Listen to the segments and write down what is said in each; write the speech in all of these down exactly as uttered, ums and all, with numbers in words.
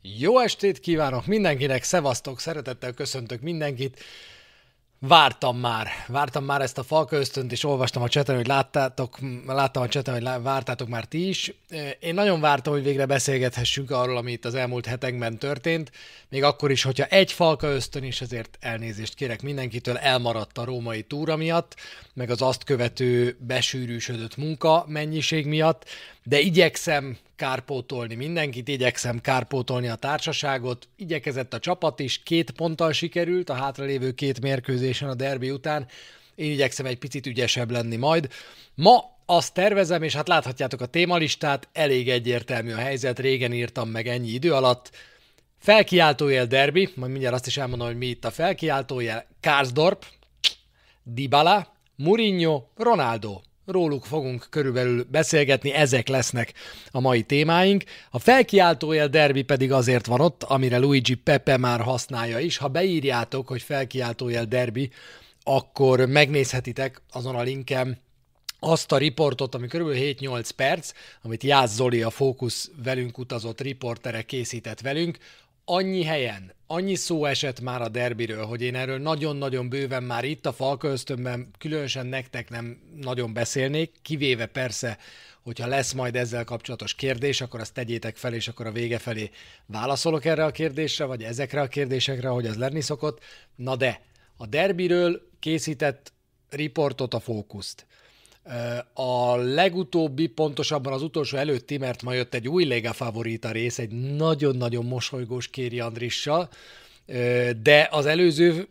Jó estét kívánok mindenkinek, szevasztok, szeretettel köszöntök mindenkit. Vártam már, vártam már ezt a Falka Ösztönt, és olvastam a chaten, hogy láttátok, láttam a chaten, hogy lá, vártátok már ti is. Én nagyon vártam, hogy végre beszélgethessünk arról, ami itt az elmúlt hetekben történt, még akkor is, hogyha egy Falka Ösztön is, ezért elnézést kérek mindenkitől, elmaradt a római túra miatt, meg az azt követő besűrűsödött munka mennyiség miatt, de igyekszem kárpótolni mindenkit, igyekszem kárpótolni a társaságot, igyekezett a csapat is, két ponttal sikerült a hátralévő két mérkőzésen a derbi után, én igyekszem egy picit ügyesebb lenni majd. Ma azt tervezem, és hát láthatjátok a témalistát, elég egyértelmű a helyzet, régen írtam meg ennyi idő alatt. Felkiáltójel derbi, majd mindjárt azt is elmondom, hogy mi itt a felkiáltójel, Karsdorp, Dybala, Mourinho, Ronaldo. Róluk fogunk körülbelül beszélgetni, ezek lesznek a mai témáink. A felkiáltójel derbi pedig azért van ott, amire Luigi Pepe már használja is. Ha beírjátok, hogy felkiáltójel derbi, akkor megnézhetitek azon a linken azt a riportot, ami körülbelül hét-nyolc perc, amit Jász Zoli, a Fókusz velünk utazott riportere készített velünk. Annyi helyen, annyi szó esett már a derbiről, hogy én erről nagyon-nagyon bőven már itt a Falka Ösztönben különösen nektek nem nagyon beszélnék, kivéve persze, hogyha lesz majd ezzel kapcsolatos kérdés, akkor azt tegyétek fel, és akkor a vége felé válaszolok erre a kérdésre, vagy ezekre a kérdésekre, ahogy az lenni szokott. Na de, a derbiről készített riportot a Fókuszt. A legutóbbi, pontosabban az utolsó előtti, mert ma jött egy új Lega Favorita rész, egy nagyon-nagyon mosolygós Kéri Andrissal, de az előző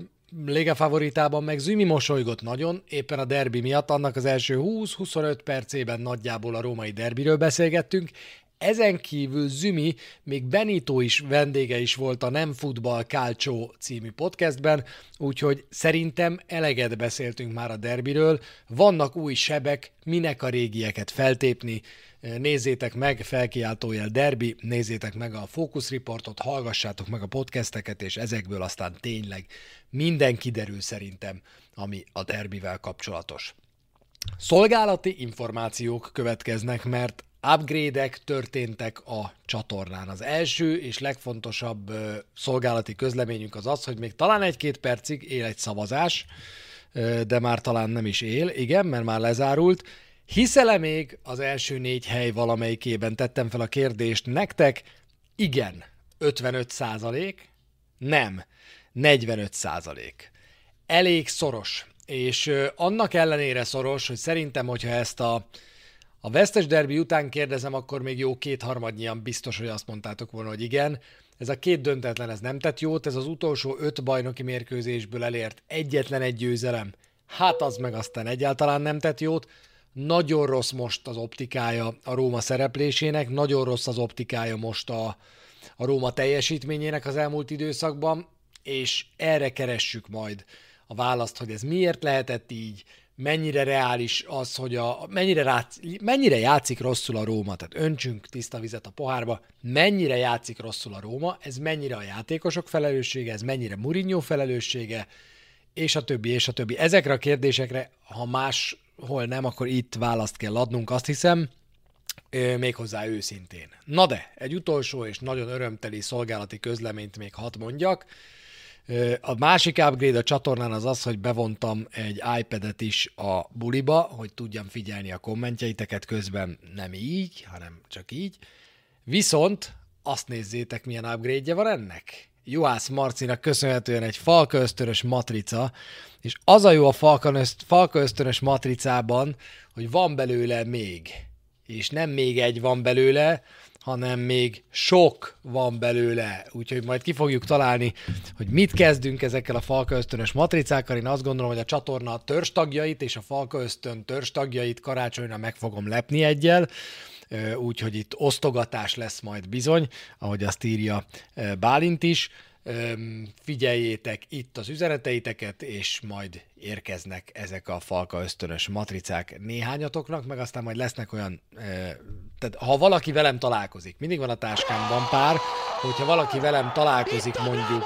Lega Favoritában meg Zümi mosolygott nagyon, éppen a derbi miatt, annak az első húsz-huszonöt percében nagyjából a római derbiről beszélgettünk. Ezen kívül Zümi, még Benito is vendége is volt a Nem Futball Calcio című podcastben, úgyhogy szerintem eleget beszéltünk már a derbiről. Vannak új sebek, minek a régieket feltépni. Nézzétek meg, felkiáltójel derbi, nézzétek meg a Focus Reportot, hallgassátok meg a podcasteket, és ezekből aztán tényleg minden kiderül szerintem, ami a derbivel kapcsolatos. Szolgálati információk következnek, mert upgrade-ek történtek a csatornán. Az első és legfontosabb uh, szolgálati közleményünk az az, hogy még talán egy-két percig él egy szavazás, uh, de már talán nem is él, igen, mert már lezárult. Hiszel-e még az első négy hely valamelyikében? Tettem fel a kérdést nektek. Igen, ötvenöt százalék, nem, negyvenöt százalék. Elég szoros, és uh, annak ellenére szoros, hogy szerintem, hogyha ezt a A vesztes derbi után kérdezem, akkor még jó kétharmadnyian biztos, hogy azt mondtátok volna, hogy igen. Ez a két döntetlen, ez nem tett jót, ez az utolsó öt bajnoki mérkőzésből elért egyetlen egy győzelem. Hát az meg aztán egyáltalán nem tett jót. Nagyon rossz most az optikája a Róma szereplésének, nagyon rossz az optikája most a, a Róma teljesítményének az elmúlt időszakban, és erre keressük majd a választ, hogy ez miért lehetett így, mennyire reális az, hogy a, mennyire, rác, mennyire játszik rosszul a Róma, tehát öntsünk tiszta vizet a pohárba, mennyire játszik rosszul a Róma, ez mennyire a játékosok felelőssége, ez mennyire Mourinho felelőssége, és a többi, és a többi. Ezekre a kérdésekre, ha máshol nem, akkor itt választ kell adnunk, azt hiszem, méghozzá őszintén. Na de, egy utolsó és nagyon örömteli szolgálati közleményt még hadd mondjak. A másik upgrade a csatornán az az, hogy bevontam egy iPad-et is a buliba, hogy tudjam figyelni a kommentjeiteket, közben nem így, hanem csak így. Viszont azt nézzétek, milyen upgrade-je van ennek. Juhász Marcinak köszönhetően egy Falka Ösztönös matrica, és az a jó a Falka, öszt, Falka Ösztönös matricában, hogy van belőle még, és nem még egy van belőle, hanem még sok van belőle, úgyhogy majd ki fogjuk találni, hogy mit kezdünk ezekkel a Falka Ösztönös matricákkal. Én azt gondolom, hogy a csatorna törzstagjait és a Falka Ösztön törzstagjait karácsonyra meg fogom lepni egyel, úgyhogy itt osztogatás lesz majd bizony, ahogy azt írja Bálint is. Figyeljétek itt az üzeneteiteket, és majd érkeznek ezek a Falka Ösztönös matricák néhányatoknak, meg aztán majd lesznek olyan, tehát ha valaki velem találkozik, mindig van a táskámban pár, hogyha valaki velem találkozik mondjuk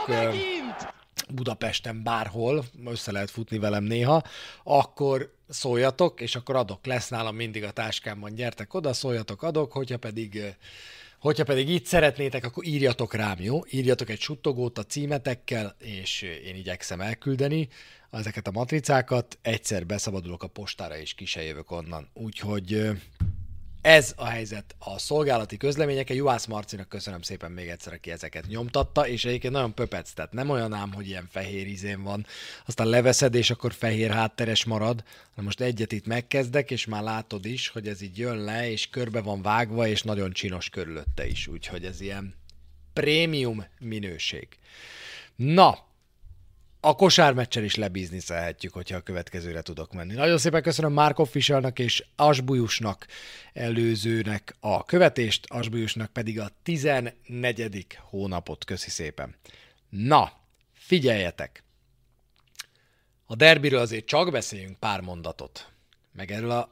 Budapesten bárhol, össze lehet futni velem néha, akkor szóljatok, és akkor adok, lesz nálam mindig a táskámban, gyertek oda, szóljatok, adok, hogyha pedig Hogyha pedig így szeretnétek, akkor írjatok rám, jó? Írjatok egy suttogót a címetekkel, és én igyekszem elküldeni ezeket a matricákat. Egyszer beszabadulok a postára, és ki se jövök onnan. Úgyhogy ez a helyzet a szolgálati közleményekkel. Juhász Marcinak köszönöm szépen még egyszer, aki ezeket nyomtatta, és egyébként nagyon pöpec, tehát nem olyan ám, hogy ilyen fehér izén van, aztán leveszed, és akkor fehér hátteres marad, hanem most egyet itt megkezdek, és már látod is, hogy ez így jön le, és körbe van vágva, és nagyon csinos körülötte is, úgyhogy ez ilyen prémium minőség. Na, a kosármeccsel is lebizniszelhetjük, hogyha a következőre tudok menni. Nagyon szépen köszönöm Mark Officialnak és Asbujusnak előzőnek a követést, Asbujusnak pedig a tizennegyedik hónapot. Köszi szépen. Na, figyeljetek! A derbiről azért csak beszéljünk pár mondatot. Meg erről a...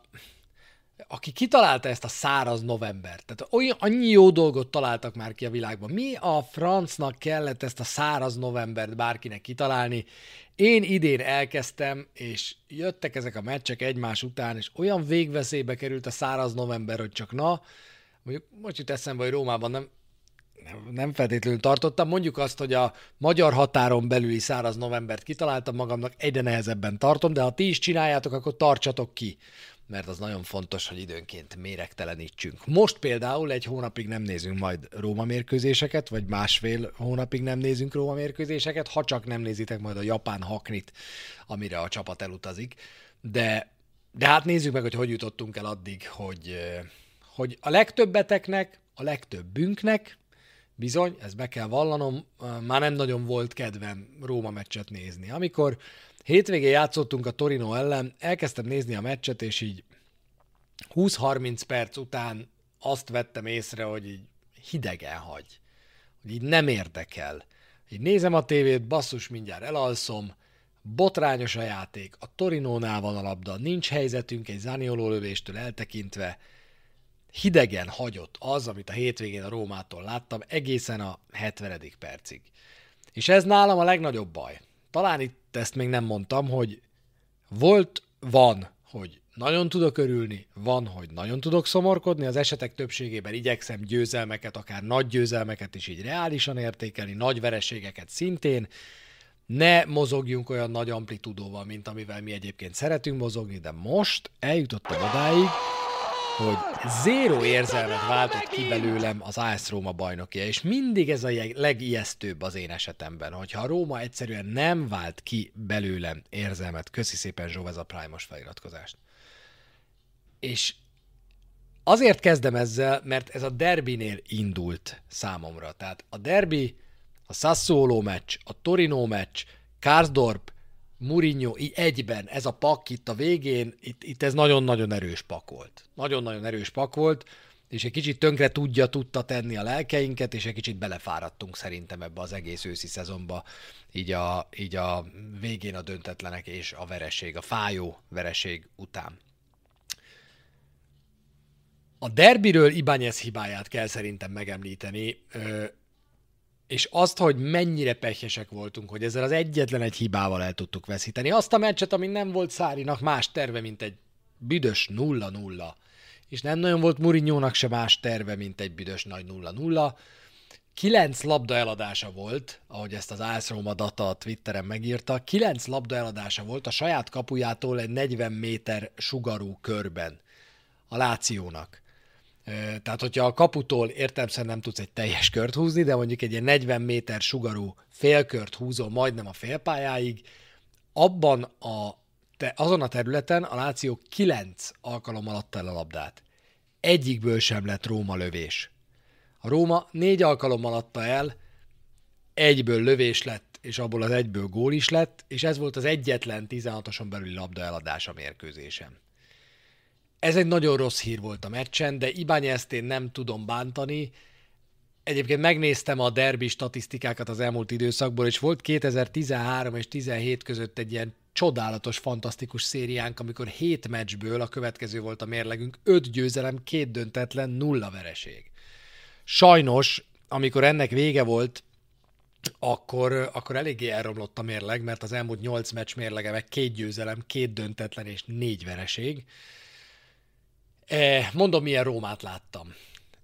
Aki kitalálta ezt a száraz novembert, tehát olyan, annyi jó dolgot találtak már ki a világban. Mi a francnak kellett ezt a száraz novembert bárkinek kitalálni? Én idén elkezdtem, és jöttek ezek a meccsek egymás után, és olyan végveszélybe került a száraz november, hogy csak na, mondjuk most jut eszembe, hogy Rómában nem, nem, nem feltétlenül tartottam. Mondjuk azt, hogy a magyar határon belüli száraz novembert kitaláltam magamnak, egyre nehezebben tartom, de ha ti is csináljátok, akkor tartsatok ki, mert az nagyon fontos, hogy időnként méregtelenítsünk. Most például egy hónapig nem nézünk majd Róma mérkőzéseket, vagy másfél hónapig nem nézünk Róma mérkőzéseket, ha csak nem nézitek majd a japán haknit, amire a csapat elutazik. De, de hát nézzük meg, hogy hogy jutottunk el addig, hogy, hogy a legtöbbeteknek, a legtöbbünknek, bizony, ezt be kell vallanom, már nem nagyon volt kedvem Róma meccset nézni. Amikor hétvégén játszottunk a Torino ellen, elkezdtem nézni a meccset, és így húsz-harminc perc után azt vettem észre, hogy így hidegen hagy. Hogy így nem érdekel. Így nézem a tévét, basszus, mindjárt elalszom, botrányos a játék, a Torinónál van a labda, nincs helyzetünk egy Zanioló lövéstől eltekintve, hidegen hagyott az, amit a hétvégén a Rómától láttam, egészen a hetvenedik percig. És ez nálam a legnagyobb baj. Talán itt ezt még nem mondtam, hogy volt, van, hogy nagyon tudok örülni, van, hogy nagyon tudok szomorkodni, az esetek többségében igyekszem győzelmeket, akár nagy győzelmeket is így reálisan értékelni, nagy vereségeket szintén, ne mozogjunk olyan nagy amplitudóval, mint amivel mi egyébként szeretünk mozogni, de most eljutottam odáig, hogy zéró érzelmet váltott ki belőlem az á es Róma bajnokja, és mindig ez a legijesztőbb az én esetemben, hogyha a Róma egyszerűen nem vált ki belőlem érzelmet. Köszi szépen, Zsó, ez a Prime-os feliratkozást. És azért kezdem ezzel, mert ez a derbinél indult számomra. Tehát a derbi, a Sassuolo meccs, a Torino meccs, Karsdorp, Mourinho így egyben, ez a pak itt a végén, itt, itt ez nagyon-nagyon erős pak volt. Nagyon-nagyon erős pak volt, és egy kicsit tönkre tudja, tudta tenni a lelkeinket, és egy kicsit belefáradtunk szerintem ebbe az egész őszi szezonba, így a, így a végén a döntetlenek és a vereség, a fájó vereség után. A derbiről Ibáñez hibáját kell szerintem megemlíteni, és azt, hogy mennyire pehesek voltunk, hogy ezzel az egyetlen egy hibával el tudtuk veszíteni. Azt a meccset, ami nem volt Sarrinak más terve, mint egy büdös nulla nulla. És nem nagyon volt Mourinhónak se más terve, mint egy büdös nagy nulla nulla. Kilenc labda eladása volt, ahogy ezt az á es Róma Data a Twitteren megírta, kilenc labda eladása volt a saját kapujától egy negyven méter sugarú körben a Lációnak. Tehát, hogyha a kaputól értelemszerűen nem tudsz egy teljes kört húzni, de mondjuk egy ilyen negyven méter sugarú félkört húzol majdnem a félpályáig, abban a, te, azon a területen a Láció kilenc alkalommal adta el a labdát. Egyikből sem lett Róma lövés. A Róma négy alkalommal adta el, egyből lövés lett, és abból az egyből gól is lett, és ez volt az egyetlen tizenhatoson belüli labda eladás a mérkőzésen. Ez egy nagyon rossz hír volt a meccsen, de Ibáñezt én nem tudom bántani. Egyébként megnéztem a derbi statisztikákat az elmúlt időszakból, és volt kétezer-tizenhárom és tizenhét között egy ilyen csodálatos, fantasztikus szériánk, amikor hét meccsből, a következő volt a mérlegünk, öt győzelem, két döntetlen, nulla vereség. Sajnos, amikor ennek vége volt, akkor, akkor eléggé elromlott a mérleg, mert az elmúlt nyolc meccs mérlege meg két győzelem, két döntetlen és négy vereség. Mondom, milyen Rómát láttam.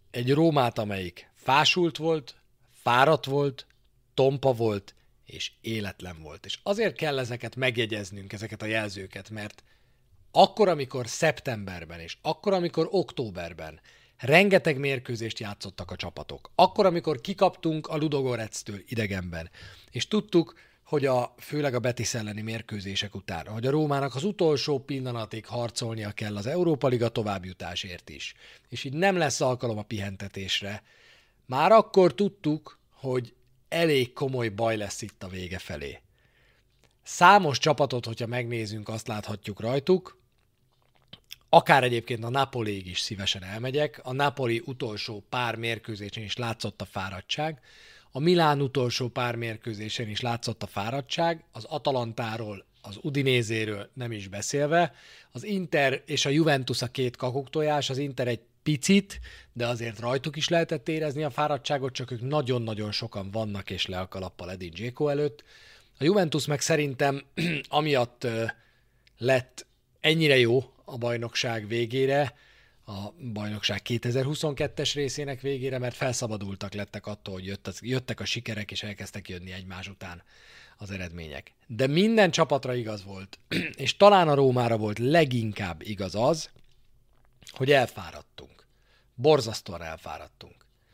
egy Rómát, amelyik fásult volt, fáradt volt, tompa volt, és életlen volt. És azért kell ezeket megjegyeznünk, ezeket a jelzőket, mert akkor, amikor szeptemberben, és akkor, amikor októberben rengeteg mérkőzést játszottak a csapatok, akkor, amikor kikaptunk a Ludogorets-től idegenben, és tudtuk, hogy a, főleg a Betis elleni mérkőzések után, hogy a Rómának az utolsó pillanatig harcolnia kell az Európa Liga továbbjutásért is, és így nem lesz alkalom a pihentetésre, már akkor tudtuk, hogy elég komoly baj lesz itt a vége felé. Számos csapatot, hogyha megnézünk, azt láthatjuk rajtuk, akár egyébként a Napoliig is szívesen elmegyek, a Napoli utolsó pár mérkőzésén is látszott a fáradtság, a Milán utolsó pár mérkőzésén is látszott a fáradtság, az Atalantáról, az Udinézéről nem is beszélve, az Inter és a Juventus a két kakuktojás, az Inter egy picit, de azért rajtuk is lehetett érezni a fáradtságot, csak ők nagyon-nagyon sokan vannak és le a kalappal Edin Dzeko előtt. A Juventus meg szerintem amiatt lett ennyire jó a bajnokság végére, a bajnokság kétezer-huszonkettes részének végére, mert felszabadultak lettek attól, hogy jött az, jöttek a sikerek, és elkezdtek jönni egymás után az eredmények. De minden csapatra igaz volt, és talán a Rómára volt leginkább igaz az, hogy elfáradtunk. Borzasztóan elfáradtunk.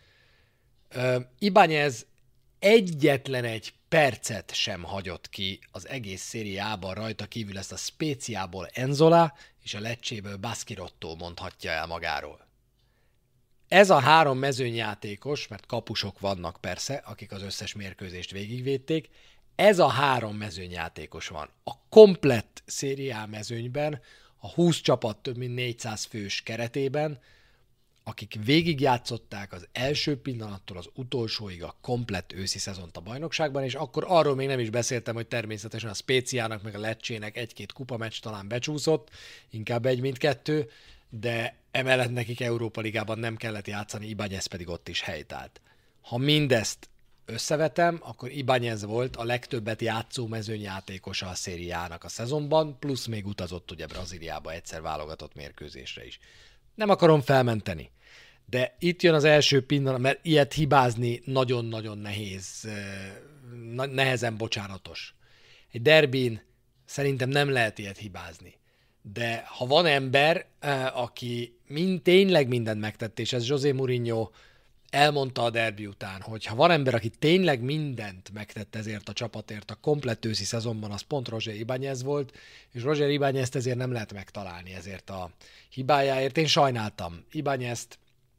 Uh, Ibáñez egyetlen egy percet sem hagyott ki az egész szériában, rajta kívül ezt a Spéciából Enzola és a Leccséből Baschirotto mondhatja el magáról. Ez a három mezőnyjátékos, mert kapusok vannak persze, akik az összes mérkőzést végigvédték, ez a három mezőnyjátékos van. A komplett szériá mezőnyben, a húsz csapat több mint négyszáz fős keretében, akik végigjátszották az első pillanattól az utolsóig a komplett őszi szezont a bajnokságban, és akkor arról még nem is beszéltem, hogy természetesen a Spéciának meg a Lecsének egy-két kupameccs talán becsúszott, inkább egy, mint kettő, de emellett nekik Európa Ligában nem kellett játszani, Ibáñez pedig ott is helytált. Ha mindezt összevetem, akkor Ibáñez volt a legtöbbet játszó mezőnyjátékosa a szériának a szezonban, plusz még utazott ugye Brazíliába egyszer válogatott mérkőzésre is. Nem akarom felmenteni, de itt jön az első pillanat, mert ilyet hibázni nagyon-nagyon nehéz, nehezen bocsánatos. Egy derbin szerintem nem lehet ilyet hibázni. De ha van ember, aki mind, tényleg mindent megtett, és ez José Mourinho elmondta a derbi után, hogy ha van ember, aki tényleg mindent megtett ezért a csapatért a komplett őszi szezonban, az pont Roger Ibáñez volt, és Roger Ibáñezt ezért nem lehet megtalálni ezért a hibájáért. Én sajnáltam Ibáñezt,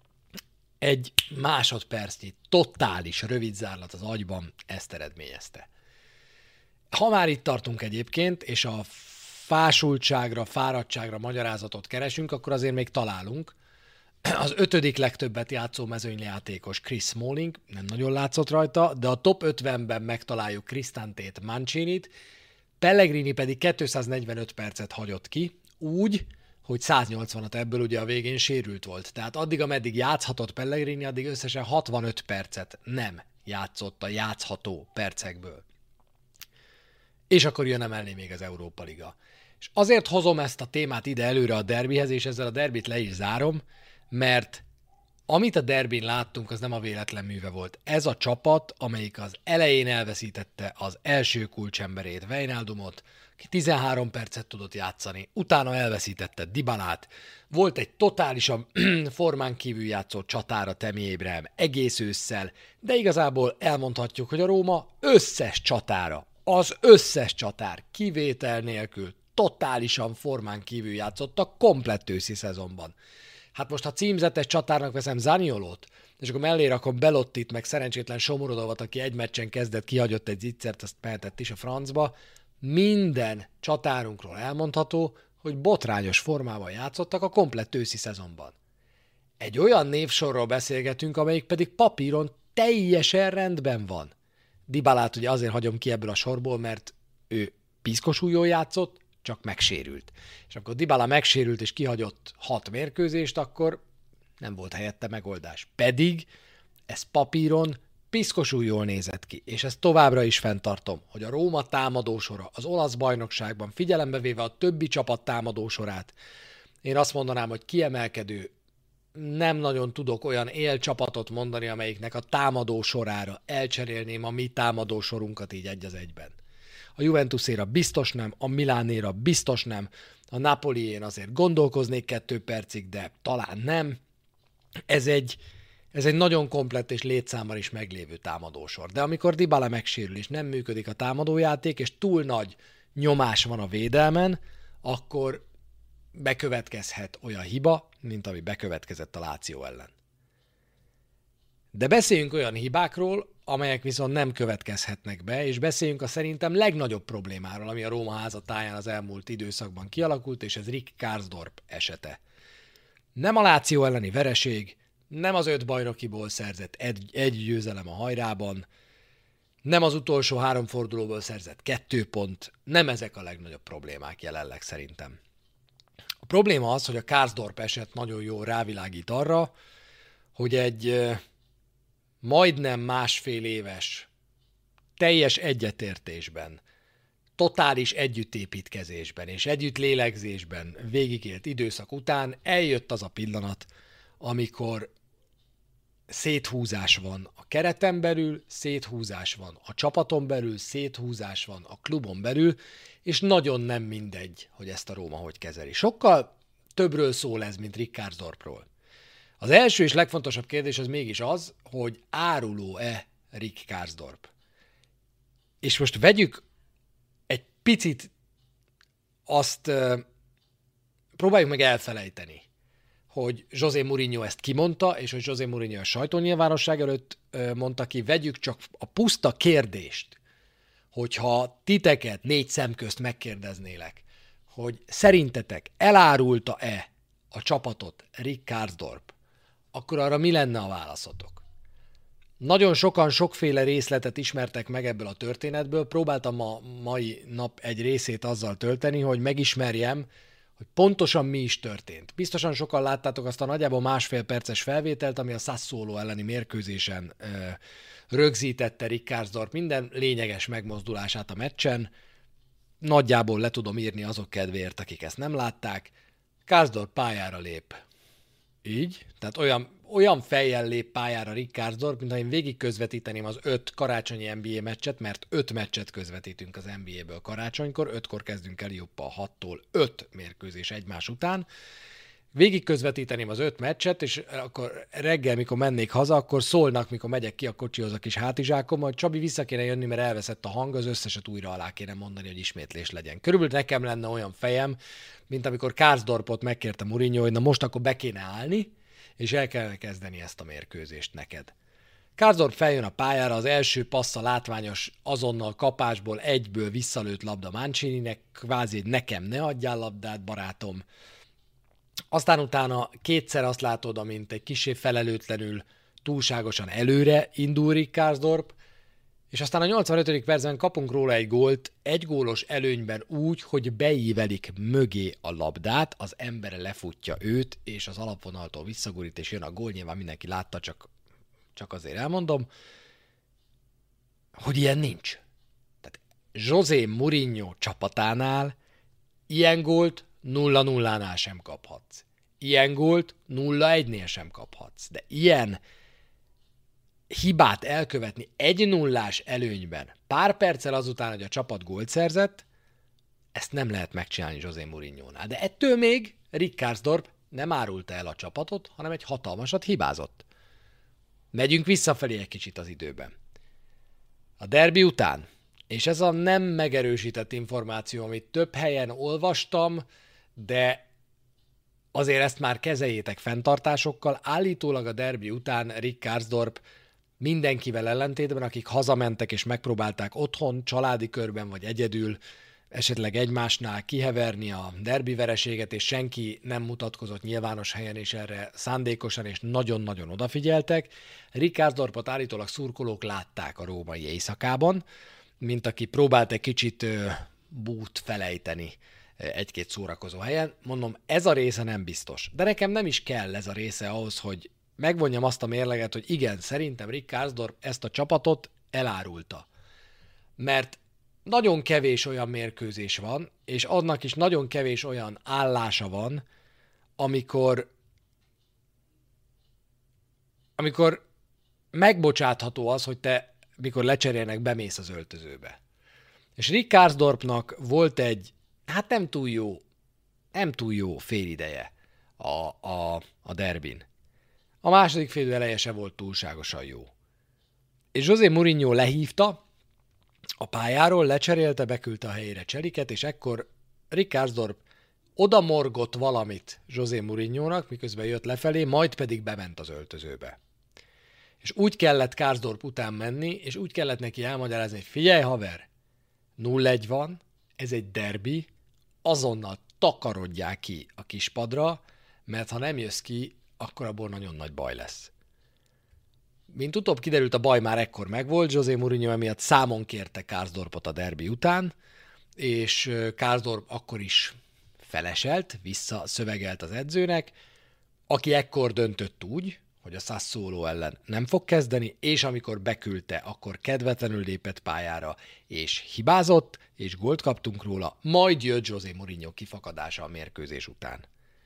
egy másodpercnyi totális rövid zárlat az agyban ezt eredményezte. Ha már itt tartunk egyébként, és a fásultságra, fáradtságra magyarázatot keresünk, akkor azért még találunk. Az ötödik legtöbbet játszó mezőnyjátékos Chris Smalling, nem nagyon látszott rajta, de a top ötvenben megtaláljuk Cristantét, Mancinit, Pellegrini pedig kétszáznegyvenöt percet hagyott ki, úgy, hogy száznyolcvanat ebből ugye a végén sérült volt. Tehát addig, ameddig játszhatott Pellegrini, addig összesen hatvanöt percet nem játszott a játszható percekből. És akkor jön emellé még az Európa Liga. És azért hozom ezt a témát ide előre a derbihez, és ezzel a derbit le is zárom, mert amit a derbin láttunk, az nem a véletlen műve volt. Ez a csapat, amelyik az elején elveszítette az első kulcsemberét, Wijnaldumot, ki tizenhárom percet tudott játszani, utána elveszítette Dybalát, volt egy totálisan formán kívül játszó csatára Tammy Abraham egész ősszel, de igazából elmondhatjuk, hogy a Róma összes csatára, az összes csatár kivétel nélkül totálisan formán kívül játszott a komplett őszi szezonban. Hát most ha címzetes csatárnak veszem Zaniolót, és akkor mellé rakom Belottit, meg szerencsétlen Somorodovat, aki egy meccsen kezdett, kihagyott egy zicsert, azt mehetett is a francba, minden csatárunkról elmondható, hogy botrányos formában játszottak a komplett őszi szezonban. Egy olyan névsorról beszélgetünk, amelyik pedig papíron teljesen rendben van. Dybalát ugye azért hagyom ki ebből a sorból, mert ő piszkosújól játszott, csak megsérült. És akkor Dybala megsérült és kihagyott hat mérkőzést, akkor nem volt helyette megoldás. Pedig ez papíron piszkosul jól nézett ki, és ezt továbbra is fenntartom, hogy a Róma támadósora az olasz bajnokságban figyelembe véve a többi csapat támadósorát, én azt mondanám, hogy kiemelkedő nem nagyon tudok olyan élcsapatot mondani, amelyiknek a támadó sorára elcserélném a mi támadó sorunkat így egy az egyben. A Juventuséra biztos nem, a Milánéra biztos nem, a Napolién azért gondolkoznék kettő percig, de talán nem. Ez egy, ez egy nagyon komplett és létszámmal is meglévő támadósor. De amikor Dybala megsérül és nem működik a támadójáték, és túl nagy nyomás van a védelmen, akkor bekövetkezhet olyan hiba, mint ami bekövetkezett a Láció ellen. De beszéljünk olyan hibákról, amelyek viszont nem következhetnek be, és beszéljünk a szerintem legnagyobb problémáról, ami a Róma házatáján az elmúlt időszakban kialakult, és ez Rick Karsdorp esete. Nem a Láció elleni vereség, nem az öt bajnokiból szerzett egy, egy győzelem a hajrában, nem az utolsó három fordulóból szerzett kettő pont, nem ezek a legnagyobb problémák jelenleg szerintem. A probléma az, hogy a Karsdorp eset nagyon jól rávilágít arra, hogy egy majdnem másfél éves, teljes egyetértésben, totális együttépítkezésben és együttlélegzésben végigélt időszak után eljött az a pillanat, amikor széthúzás van a kereten belül, széthúzás van a csapaton belül, széthúzás van a klubon belül, és nagyon nem mindegy, hogy ezt a Róma hogy kezeli. Sokkal többről szól ez, mint Rick Karsdorpról. Az első és legfontosabb kérdés az mégis az, hogy áruló-e Rick Karsdorp. És most vegyük egy picit azt, próbáljuk meg elfelejteni, hogy José Mourinho ezt kimondta, és hogy José Mourinho a sajtónyilvánosság előtt mondta ki, vegyük csak a puszta kérdést, hogyha titeket négy szem közt megkérdeznélek, hogy szerintetek elárulta-e a csapatot Rick Karsdorp, akkor arra mi lenne a válaszotok? Nagyon sokan sokféle részletet ismertek meg ebből a történetből, próbáltam a mai nap egy részét azzal tölteni, hogy megismerjem, hogy pontosan mi is történt. Biztosan sokan láttátok azt a nagyjából másfél perces felvételt, ami a Sassuolo elleni mérkőzésen ö, rögzítette Rick Karsdorp minden lényeges megmozdulását a meccsen. Nagyjából le tudom írni azok kedvéért, akik ezt nem látták. Karsdorp pályára lép. Így, tehát olyan, olyan fejjel lép pályára Rick Karsdorp, mintha én végig közvetíteném az öt karácsonyi en bé á meccset, mert öt meccset közvetítünk az en bé á-ből karácsonykor, ötkor kezdünk el jobbal hattól öt mérkőzés egymás után. Végig közvetíteném az öt meccset, és akkor reggel, mikor mennék haza, akkor szólnak, mikor megyek ki a kocsihoz a kis hátizsákom, hogy Csabi, vissza kéne jönni, mert elveszett a hang, az összeset újra alá kéne mondani, hogy ismétlés legyen. Körülbelül nekem lenne olyan fejem, mint amikor Karsdorpot megkérte Mourinho, hogy na most akkor be kéne állni, és el kellene kezdeni ezt a mérkőzést neked. Karsdorp feljön a pályára, az első passza látványos azonnal kapásból egyből visszalőtt labda Mancininek, kvázi nekem ne adjál labdát, barátom. Aztán utána kétszer azt látod, amint egy kissé felelőtlenül túlságosan előre indul Rick Karsdorp, és aztán a nyolcvanötödik percben kapunk róla egy gólt, egy gólos előnyben úgy, hogy beívelik mögé a labdát, az embere lefutja őt, és az alapvonaltól visszagurít, és jön a gól, nyilván mindenki látta, csak, csak azért elmondom, hogy ilyen nincs. Tehát José Mourinho csapatánál ilyen gólt nulla nullánál sem kaphatsz. Ilyen gólt nulla egynél sem kaphatsz. De ilyen hibát elkövetni egy nullás előnyben, pár perccel azután, hogy a csapat gólt szerzett, ezt nem lehet megcsinálni José Mourinhónál. De ettől még Rick Karsdorp nem árulta el a csapatot, hanem egy hatalmasat hibázott. Megyünk visszafelé egy kicsit az időben. A derbi után, és ez a nem megerősített információ, amit több helyen olvastam, de azért ezt már kezeljétek fenntartásokkal, állítólag a derbi után Rick Karsdorp mindenkivel ellentétben, akik hazamentek és megpróbálták otthon, családi körben vagy egyedül, esetleg egymásnál kiheverni a derbi vereséget, és senki nem mutatkozott nyilvános helyen, és erre szándékosan és nagyon-nagyon odafigyeltek. Rick Karsdorpot állítólag szurkolók látták a római éjszakában, mint aki próbált egy kicsit ö, bút felejteni egy-két szórakozó helyen. Mondom, ez a része nem biztos. De nekem nem is kell ez a része ahhoz, hogy megvonjam azt a mérleget, hogy igen, szerintem Rick Karsdorp ezt a csapatot elárulta. Mert nagyon kevés olyan mérkőzés van, és annak is nagyon kevés olyan állása van, amikor amikor megbocsátható az, hogy te, mikor lecserélnek, bemész az öltözőbe. És Rick Karsdorpnak volt egy, hát nem túl jó, nem túl jó félideje a, a, a derbin. A második félidő eleje se volt túlságosan jó. És José Mourinho lehívta a pályáról, lecserélte, beküldte a helyére Cseliket, és ekkor Rick Karsdorp oda morgott valamit José Mourinhónak, miközben jött lefelé, majd pedig bement az öltözőbe. És úgy kellett Karsdorp után menni, és úgy kellett neki elmagyarázni, hogy figyelj haver, nulla egy van, ez egy derbi, azonnal takarodják ki a kispadra, mert ha nem jössz ki, akkor abból nagyon nagy baj lesz. Mint utóbb kiderült, a baj már ekkor megvolt, José Mourinho emiatt számon kérte Karsdorpot a derbi után, és Karsdorp akkor is feleselt, visszaszövegelt az edzőnek, aki ekkor döntött úgy, hogy a Sassuolo ellen nem fog kezdeni, és amikor beküldte, akkor kedvetlenül lépett pályára, és hibázott, és gólt kaptunk róla, majd jött José Mourinho kifakadása a mérkőzés után.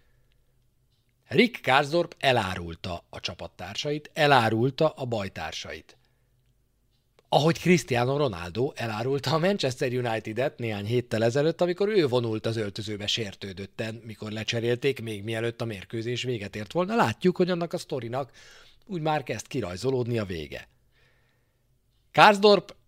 Rick Karsdorp elárulta a csapattársait, elárulta a bajtársait. Ahogy Cristiano Ronaldo elárulta a Manchester United-et néhány héttel ezelőtt, amikor ő vonult az öltözőbe sértődötten, mikor lecserélték, még mielőtt a mérkőzés véget ért volna. Látjuk, hogy annak a sztorinak úgy már kezd kirajzolódni a vége. Karsdorp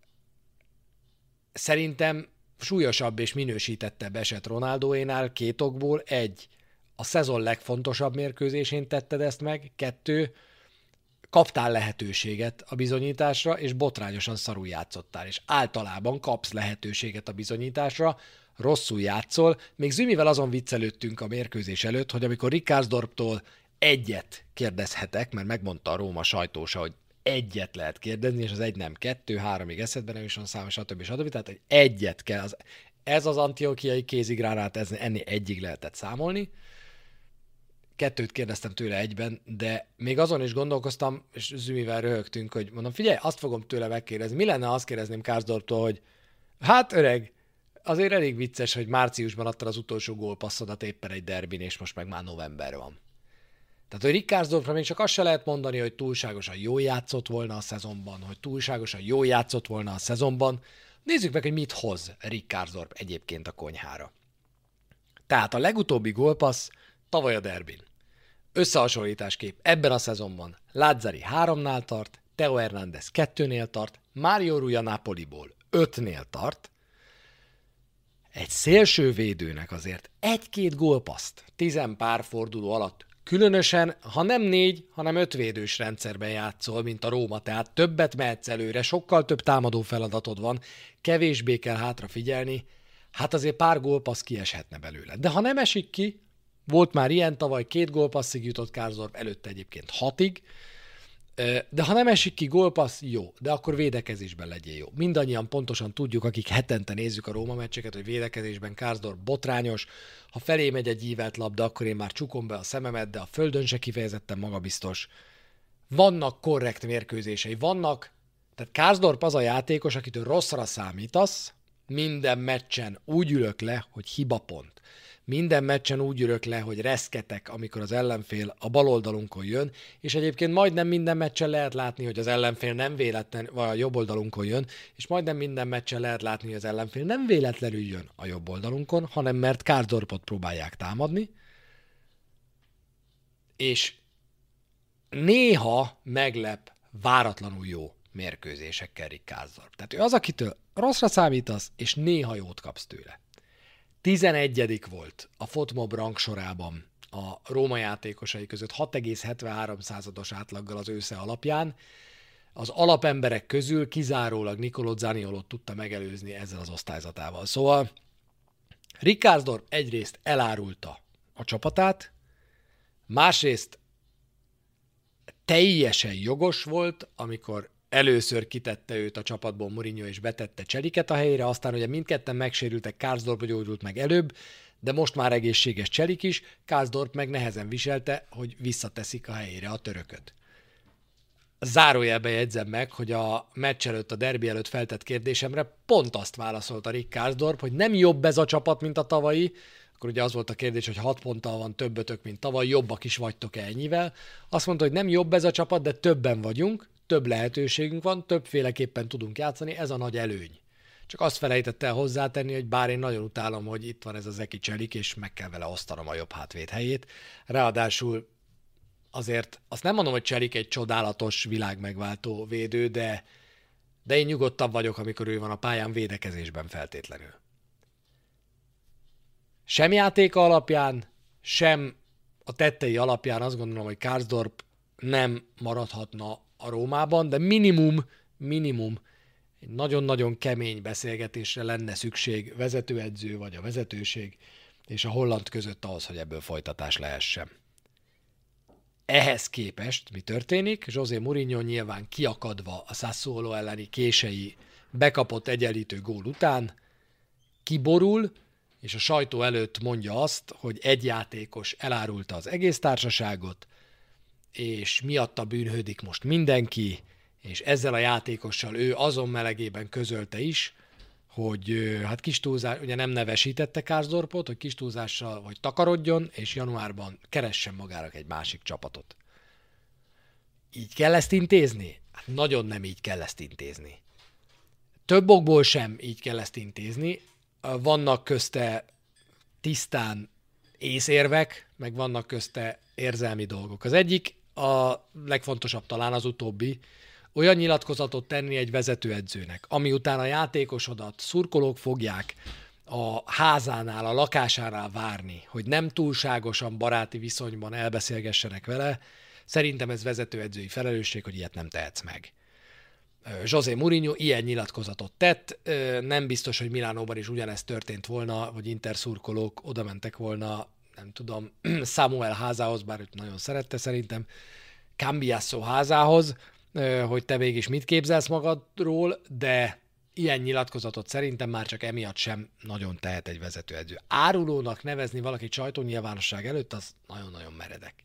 szerintem súlyosabb és minősítettebb eset Ronaldóénál két okból. Egy, a szezon legfontosabb mérkőzésén tetted ezt meg. Kettő, kaptál lehetőséget a bizonyításra, és botrányosan szarul játszottál, és általában kapsz lehetőséget a bizonyításra, rosszul játszol. Még Zümivel azon viccelődtünk a mérkőzés előtt, hogy amikor Rick Karsdorptól egyet kérdezhetek, mert megmondta a Róma sajtósa, hogy egyet lehet kérdezni, és az egy nem kettő, háromig eszedben nem is van száma, stb. stb. Tehát, hogy egyet kell. Az, ez az antiochiai kézigránát, ez, ennél egyig lehetett számolni. Kettőt kérdeztem tőle egyben, de még azon is gondolkoztam, és Zümivel röhögtünk, hogy mondom, figyelj, azt fogom tőle megkérdezni. Mi lenne, azt kérdezném Karsdorptól, hogy hát öreg, azért elég vicces, hogy márciusban adtad az utolsó gólpasszodat éppen egy derbin, és most meg már november van. Tehát, hogy Rick Karsdorpra még csak azt se lehet mondani, hogy túlságosan jól játszott volna a szezonban, hogy túlságosan jól játszott volna a szezonban. Nézzük meg, hogy mit hoz Rick Karsdorp egyébként a konyhára. Tehát a legutóbbi gólpassz tavaly a derbin. Összehasonlításképp ebben a szezonban Lazzari háromnál tart, Theo Hernández kettőnél tart, Mario Rui a Napoliból ötnél tart. Egy szélsővédőnek azért egy-két gólpaszt tizen pár forduló alatt, különösen, ha nem négy, hanem öt védős rendszerben játszol, mint a Róma, tehát többet mehetsz előre, sokkal több támadó feladatod van, kevésbé kell hátra figyelni, hát azért pár gólpassz kieshetne belőle. De ha nem esik ki, volt már ilyen, tavaly két gólpasszig jutott Karsdorp, előtte egyébként hatig, de ha nem esik ki gólpassz, jó, de akkor védekezésben legyél jó. Mindannyian pontosan tudjuk, akik hetente nézzük a Róma meccseket, hogy védekezésben Karsdorp botrányos, ha felé megy egy ívelt labda, akkor én már csukom be a szememet, de a földön se kifejezetten magabiztos. Vannak korrekt mérkőzései, vannak, tehát Karsdorp az a játékos, akitől rosszra számítasz, minden meccsen úgy ülök le, hogy hibapont. Minden meccsen úgy ülök le, hogy reszketek, amikor az ellenfél a bal oldalunkon jön, és egyébként majdnem minden meccsen lehet látni, hogy az ellenfél nem véletlen, vagy a jobb oldalunkon jön, és majdnem minden meccsen lehet látni, hogy az ellenfél nem véletlenül jön a jobb oldalunkon, hanem mert Karsdorpot próbálják támadni, és néha meglep váratlanul jó mérkőzésekkel Rick Karsdorp. Tehát ő az, akitől rosszra számítasz, és néha jót kapsz tőle. tizenegyedik volt a FotMob rangsorában a Róma játékosai között hat egész hetvenhárom százados átlaggal az ősze alapján. Az alapemberek közül kizárólag Niccolò Zaniolót tudta megelőzni ezzel az osztályzatával. Szóval Rick Karsdorp egyrészt elárulta a csapatát, másrészt teljesen jogos volt, amikor először kitette őt a csapatból Mourinho, és betette Cseliket a helyére, aztán ugye mindketten megsérültek, Karsdorp gyógyult meg előbb, de most már egészséges Cselik is, Karsdorp meg nehezen viselte, hogy visszateszik a helyére a törököt. Zárójelbe jegyzem meg, hogy a meccs előtt, a derbi előtt feltett kérdésemre pont azt válaszolta Rick Karsdorp, hogy nem jobb ez a csapat, mint a tavalyi, akkor ugye az volt a kérdés, hogy hat ponttal van többötök, mint tavaly, jobbak is vagytok ennyivel. Azt mondta, hogy nem jobb ez a csapat, de többen vagyunk, több lehetőségünk van, többféleképpen tudunk játszani, ez a nagy előny. Csak azt felejtette el hozzátenni, hogy bár én nagyon utálom, hogy itt van ez az Eki Cselik, és meg kell vele osztanom a jobb hátvéd helyét. Ráadásul azért azt nem mondom, hogy Cselik egy csodálatos, világmegváltó védő, de, de én nyugodtabb vagyok, amikor ő van a pályán védekezésben feltétlenül. Sem játéka alapján, sem a tettei alapján azt gondolom, hogy Karsdorp nem maradhatna a Rómában, de minimum, minimum egy nagyon-nagyon kemény beszélgetésre lenne szükség vezetőedző vagy a vezetőség és a holland között ahhoz, hogy ebből folytatás lehessen. Ehhez képest mi történik? José Mourinho nyilván kiakadva a Sassuolo elleni kései bekapott egyenlítő gól után kiborul, és a sajtó előtt mondja azt, hogy egy játékos elárulta az egész társaságot, és miatta bűnhődik most mindenki, és ezzel a játékossal ő azon melegében közölte is, hogy hát kis túlzás, ugye nem nevesítette Karsdorpot, hogy kis túlzással, hogy takarodjon, és januárban keressen magának egy másik csapatot. Így kell ezt intézni? Hát nagyon nem így kell ezt intézni. Több okból sem így kell ezt intézni. Vannak közte tisztán észérvek, meg vannak közte érzelmi dolgok. Az egyik, a legfontosabb talán az utóbbi, olyan nyilatkozatot tenni egy vezetőedzőnek, ami után a játékosodat szurkolók fogják a házánál, a lakásánál várni, hogy nem túlságosan baráti viszonyban elbeszélgessenek vele, szerintem ez vezetőedzői felelősség, hogy ilyet nem tehetsz meg. José Mourinho ilyen nyilatkozatot tett, nem biztos, hogy Milánóban is ugyanezt történt volna, vagy Inter szurkolók oda mentek volna, nem tudom, Samuel házához, bár őt nagyon szerette szerintem, Cambiasso házához, hogy te végig mit képzelsz magadról, de ilyen nyilatkozatot szerintem már csak emiatt sem nagyon tehet egy vezetőedző. Árulónak nevezni valaki sajtónyilvánosság előtt, az nagyon-nagyon meredek.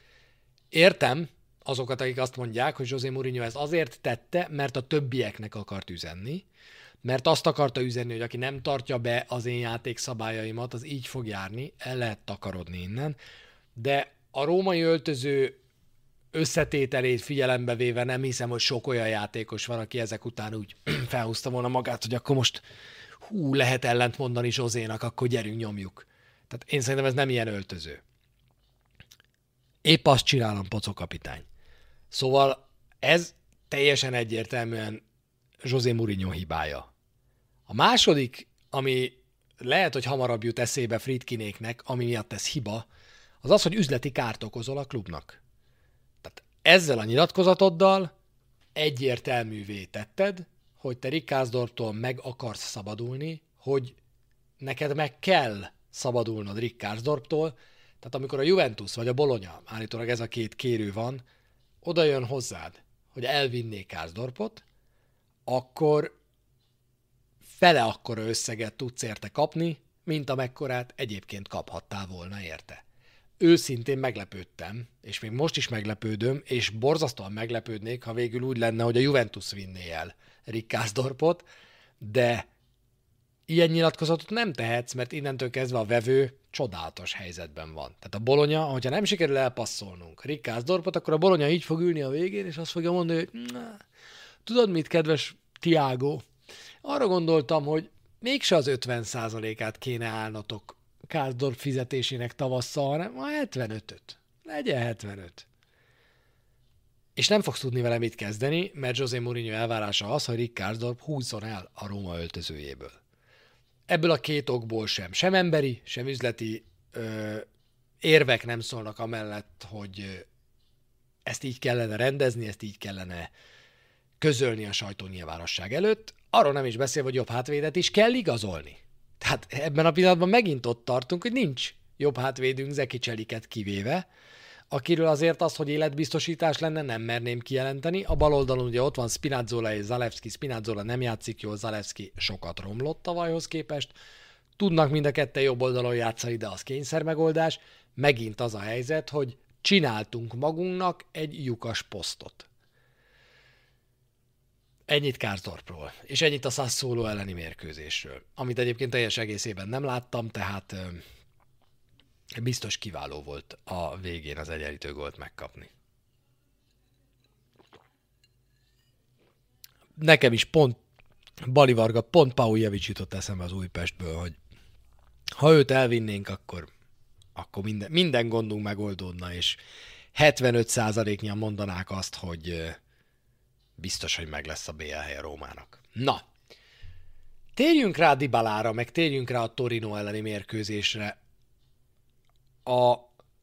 Értem azokat, akik azt mondják, hogy José Mourinho ezt azért tette, mert a többieknek akart üzenni, mert azt akarta üzenni, hogy aki nem tartja be az én játékszabályaimat, az így fog járni, el lehet takarodni innen, de a római öltöző összetételét figyelembe véve nem hiszem, hogy sok olyan játékos van, aki ezek után úgy felhúzta volna magát, hogy akkor most hú, lehet ellent mondani Josénak, akkor gyerünk, nyomjuk. Tehát én szerintem ez nem ilyen öltöző. Épp azt csinálom, pocokapitány. Szóval ez teljesen egyértelműen José Mourinho hibája. A második, ami lehet, hogy hamarabb jut eszébe Friedkinéknek, ami miatt ez hiba, az az, hogy üzleti kárt okozol a klubnak. Tehát ezzel a nyilatkozatoddal egyértelművé tetted, hogy te Rick Karsdorptól meg akarsz szabadulni, hogy neked meg kell szabadulnod Rick Karsdorptól. Tehát amikor a Juventus vagy a Bologna, állítólag ez a két kérő van, oda jön hozzád, hogy elvinné Karsdorpot, akkor fele akkora összeget tudsz érte kapni, mint amekkorát egyébként kaphattál volna érte. Őszintén meglepődtem, és még most is meglepődöm, és borzasztóan meglepődnék, ha végül úgy lenne, hogy a Juventus vinné el Rick Karsdorpot, de ilyen nyilatkozatot nem tehetsz, mert innentől kezdve a vevő csodálatos helyzetben van. Tehát a Bologna, hogyha nem sikerül elpasszolnunk Rick Karsdorpot, akkor a Bologna így fog ülni a végén, és azt fogja mondani, hogy tudod mit, kedves Tiago? Arra gondoltam, hogy mégse az ötven százalékát kéne állnatok Karsdorp fizetésének tavasszal, hanem a hetvenötöt. Legyen hetvenöt. És nem fogsz tudni vele mit kezdeni, mert José Mourinho elvárása az, hogy Rick Karsdorp húzzon el a Róma öltözőjéből. Ebből a két okból sem. Sem emberi, sem üzleti ö, érvek nem szólnak amellett, hogy ezt így kellene rendezni, ezt így kellene közölni a sajtónyilvánosság előtt. Arról nem is beszél, hogy jobb hátvédet is kell igazolni. Tehát ebben a pillanatban megint ott tartunk, hogy nincs jobb hátvédünk Zeki Cseliket kivéve, akiről azért az, hogy életbiztosítás lenne, nem merném kijelenteni. A bal oldalon ugye ott van Spinazzola és Zalewski. Spinazzola nem játszik jól, Zalewski sokat romlott tavalyhoz képest. Tudnak mind a ketten jobb oldalon játszani, de az kényszer megoldás. Megint az a helyzet, hogy csináltunk magunknak egy lyukas posztot. Ennyit Karsdorpról, és ennyit a Sassuolo elleni mérkőzésről, amit egyébként teljes egészében nem láttam, tehát biztos kiváló volt a végén az egyenlítő gólt megkapni. Nekem is pont Bali Varga, pont Paujevic jutott eszembe az Újpestből, hogy ha őt elvinnénk, akkor, akkor minden, minden gondunk megoldódna, és hetvenöt százaléknyian mondanák azt, hogy biztos, hogy meg lesz a bé el hely a Rómának. Na, térjünk rá Dybalára, meg térjünk rá a Torino elleni mérkőzésre. A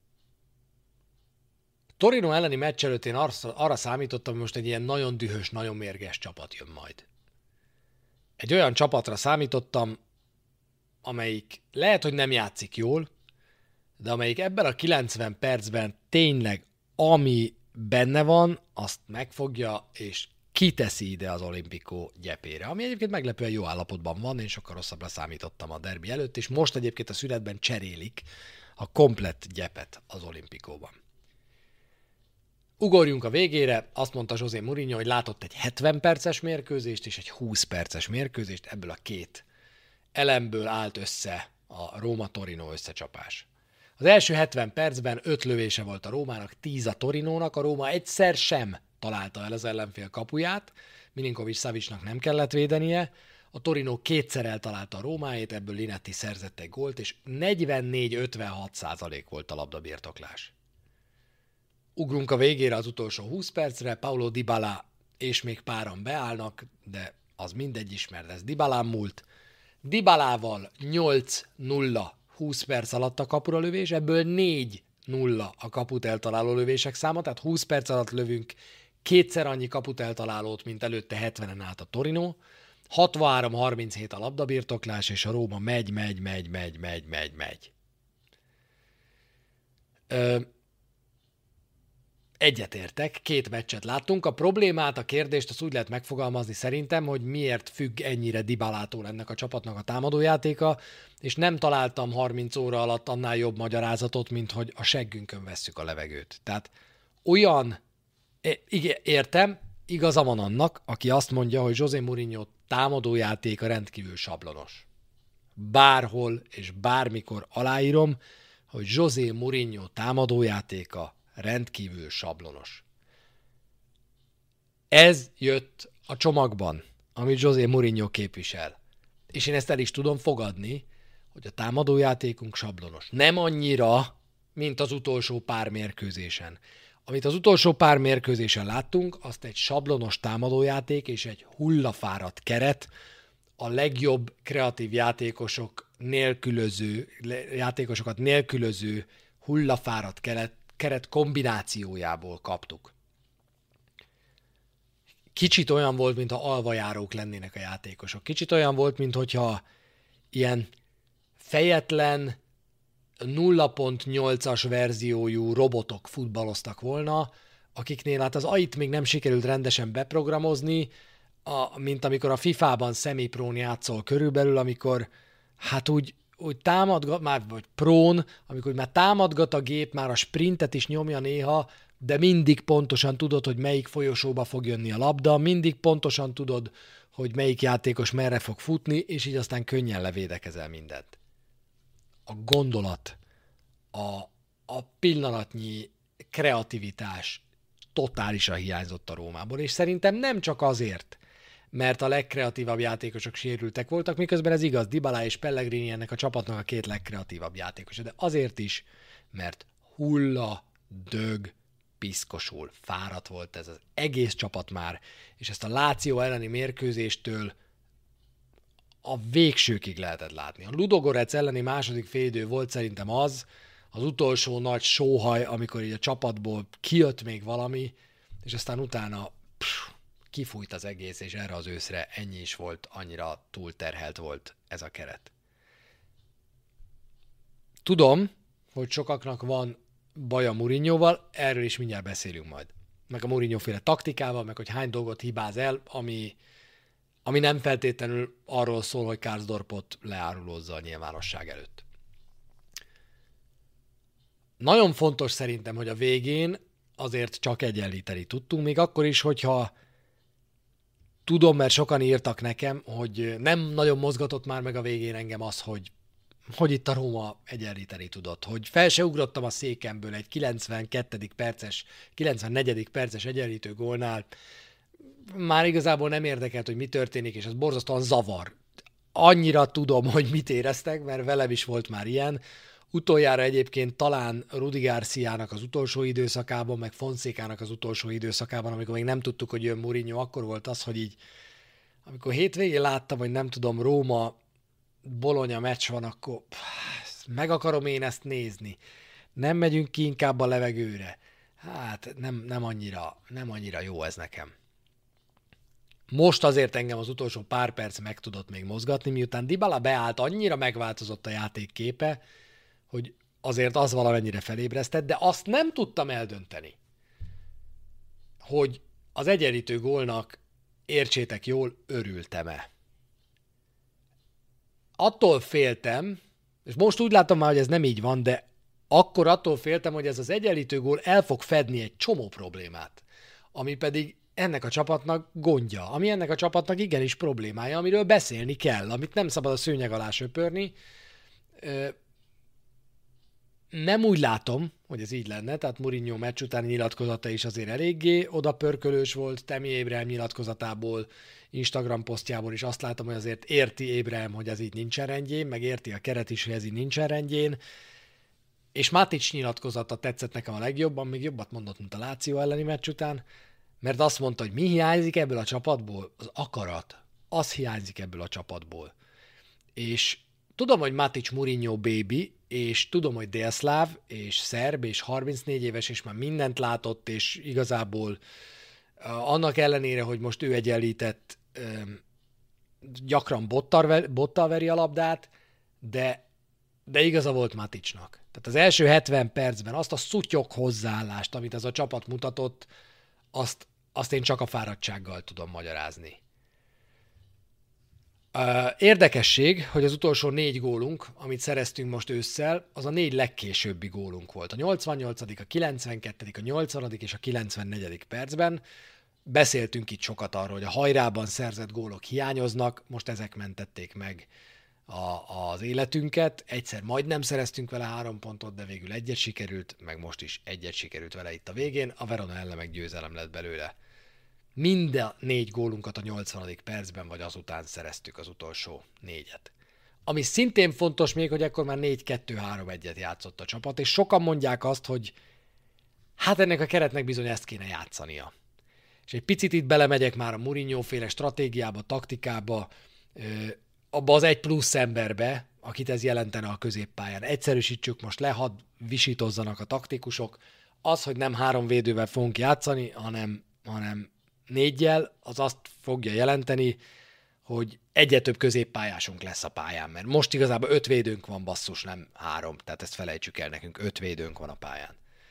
Torino elleni meccs előtt én arra számítottam, hogy most egy ilyen nagyon dühös, nagyon mérges csapat jön majd. Egy olyan csapatra számítottam, amelyik lehet, hogy nem játszik jól, de amelyik ebben a kilencven percben tényleg, ami benne van, azt megfogja, és kiteszi ide az Olimpico gyepére, ami egyébként meglepően jó állapotban van, én sokkal rosszabbra számítottam a derbi előtt, és most egyébként a szünetben cserélik a komplett gyepet az Olimpikóban. Ugorjunk a végére, azt mondta José Mourinho, hogy látott egy hetven perces mérkőzést és egy húsz perces mérkőzést, ebből a két elemből állt össze a Róma-Torino összecsapás. Az első hetven percben öt lövése volt a Rómának, tíz a Torinónak, a Róma egyszer sem találta el az ellenfél kapuját, Milinković-Savićnak nem kellett védenie, a Torino kétszer eltalálta a Rómáét, ebből Linetti szerzett egy gólt, és negyvennégy ötvenhat százalék volt a labdabirtoklás. Ugrunk a végére az utolsó húsz percre, Paulo Dybala és még páran beállnak, de az mindegy is, mert ez Dybalán múlt. Dybalával nyolc nulla húsz perc alatt a kapura lövés, ebből négy nulla a kaput eltaláló lövések száma, tehát húsz perc alatt lövünk kétszer annyi kaput eltalálót, mint előtte hetvenen állt a Torino. hatvanhárom harminchét a labdabirtoklás, és a Róma megy, megy, megy, megy, megy, megy, megy. Ö, Egyetértek, két meccset láttunk. A problémát, a kérdést azt úgy lehet megfogalmazni szerintem, hogy miért függ ennyire Dybalától ennek a csapatnak a támadójátéka, és nem találtam harminc óra alatt annál jobb magyarázatot, mint hogy a seggünkön vesszük a levegőt. Tehát olyan, igen, értem, igaza van annak, aki azt mondja, hogy José Mourinho támadójátéka rendkívül sablonos. Bárhol és bármikor aláírom, hogy José Mourinho támadójátéka rendkívül sablonos. Ez jött a csomagban, amit José Mourinho képvisel. És én ezt el is tudom fogadni, hogy a támadójátékunk sablonos. Nem annyira, mint az utolsó pár mérkőzésen. Amit az utolsó pár mérkőzésen láttunk, azt egy sablonos támadójáték és egy hullafáradt keret, a legjobb kreatív játékosok nélkülöző, játékosokat nélkülöző hullafáradt keret, keret kombinációjából kaptuk. Kicsit olyan volt, mintha alvajárók lennének a játékosok. Kicsit olyan volt, mintha ilyen fejetlen, nulla pont nyolcas verziójú robotok futballoztak volna, akiknél hát az á i-t még nem sikerült rendesen beprogramozni, a, mint amikor a fifában semi-prón játszol körülbelül, amikor hát úgy, úgy támadgat, már, vagy prón, amikor már támadgat a gép, már a sprintet is nyomja néha, de mindig pontosan tudod, hogy melyik folyosóba fog jönni a labda, mindig pontosan tudod, hogy melyik játékos merre fog futni, és így aztán könnyen levédekezel mindent. A gondolat, a, a pillanatnyi kreativitás totálisan hiányzott a Rómából, és szerintem nem csak azért, mert a legkreatívabb játékosok sérültek voltak, miközben ez igaz, Dybala és Pellegrini ennek a csapatnak a két legkreatívabb játékosa, de azért is, mert hulla, dög, piszkosul, fáradt volt ez az egész csapat már, és ezt a Lazio elleni mérkőzéstől a végsőkig lehetett látni. A Ludogorec elleni második félidő volt szerintem az, az utolsó nagy sóhaj, amikor így a csapatból kijött még valami, és aztán utána pff, kifújt az egész, és erre az őszre ennyi is volt, annyira túlterhelt volt ez a keret. Tudom, hogy sokaknak van baja Mourinhoval, erről is mindjárt beszélünk majd. Meg a Mourinho-féle taktikával, meg hogy hány dolgot hibáz el, ami, ami nem feltétlenül arról szól, hogy Karsdorpot leárulózza a nyilvánosság előtt. Nagyon fontos szerintem, hogy a végén azért csak egyenlíteni tudtunk, még akkor is, hogyha tudom, mert sokan írtak nekem, hogy nem nagyon mozgatott már meg a végén engem az, hogy hogy itt a Róma egyenlíteni tudott, hogy fel se ugrottam a székemből egy kilencvenkettedik perces, kilencvennegyedik perces egyenlítő gólnál, már igazából nem érdekelt, hogy mi történik, és az borzasztóan zavar. Annyira tudom, hogy mit éreztek, mert velem is volt már ilyen. Utoljára egyébként talán Rudi Garciának az utolsó időszakában, meg Fonszékának az utolsó időszakában, amikor még nem tudtuk, hogy jön Mourinho, akkor volt az, hogy így, amikor hétvégén láttam, hogy nem tudom, Róma Bologna meccs van, akkor pff, meg akarom én ezt nézni. Nem megyünk ki inkább a levegőre. Hát nem, nem, annyira, nem annyira jó ez nekem. Most azért engem az utolsó pár perc meg tudott még mozgatni, miután Dybala beállt, annyira megváltozott a játék képe, hogy azért az valamennyire felébresztett, de azt nem tudtam eldönteni, hogy az egyenlítő gólnak, értsétek jól, örültem-e. Attól féltem, és most úgy látom már, hogy ez nem így van, de akkor attól féltem, hogy ez az egyenlítő gól el fog fedni egy csomó problémát, ami pedig ennek a csapatnak gondja, ami ennek a csapatnak igenis problémája, amiről beszélni kell, amit nem szabad a szőnyeg alá söpörni. Nem úgy látom, hogy ez így lenne, tehát Mourinho meccs utáni nyilatkozata is azért eléggé odapörkölős volt, Tammy Abraham nyilatkozatából, Instagram posztjából is azt látom, hogy azért érti Abraham, hogy ez így nincsen rendjén, meg érti a keret is, hogy ez így nincsen rendjén, és Matic nyilatkozata tetszett nekem a legjobban, még jobbat mondott, mint a Lazio elleni meccs után, mert azt mondta, hogy mi hiányzik ebből a csapatból? Az akarat. Az hiányzik ebből a csapatból. És tudom, hogy Matic Mourinho baby, és tudom, hogy délszláv, és szerb, és harmincnégy éves, és már mindent látott, és igazából annak ellenére, hogy most ő egyenlített, gyakran bottal, bottal veri a labdát, de, de igaza volt Maticnak. Tehát az első hetven percben azt a szutyok hozzáállást, amit ez a csapat mutatott, azt, azt én csak a fáradtsággal tudom magyarázni. Érdekesség, hogy az utolsó négy gólunk, amit szereztünk most ősszel, az a négy legkésőbbi gólunk volt. A nyolcvannyolcadik, a kilencvenkettedik, a nyolcvadik és a kilencvennegyedik percben. Beszéltünk itt sokat arról, hogy a hajrában szerzett gólok hiányoznak, most ezek mentették meg a, az életünket. Egyszer majdnem szereztünk vele három pontot, de végül egyet sikerült, meg most is egyet sikerült vele itt a végén. A Verona ellen meg győzelem lett belőle. Mind négy gólunkat a nyolcvanadik percben, vagy azután szereztük az utolsó négyet. Ami szintén fontos még, hogy akkor már négy kettő három egyet játszott a csapat, és sokan mondják azt, hogy hát ennek a keretnek bizony ezt kéne játszania. És egy picit itt belemegyek már a Mourinho-féle stratégiába, taktikába, abba az egy plusz emberbe, akit ez jelentene a középpályán. Egyszerűsítsük most le, hadd visítozzanak a taktikusok. Az, hogy nem három védővel fogunk játszani, hanem, hanem négyjel, az azt fogja jelenteni, hogy egyre több középpályásunk lesz a pályán, mert most igazából öt védőnk van, basszus, nem három, tehát ezt felejtsük el nekünk, öt védőnk van a pályán.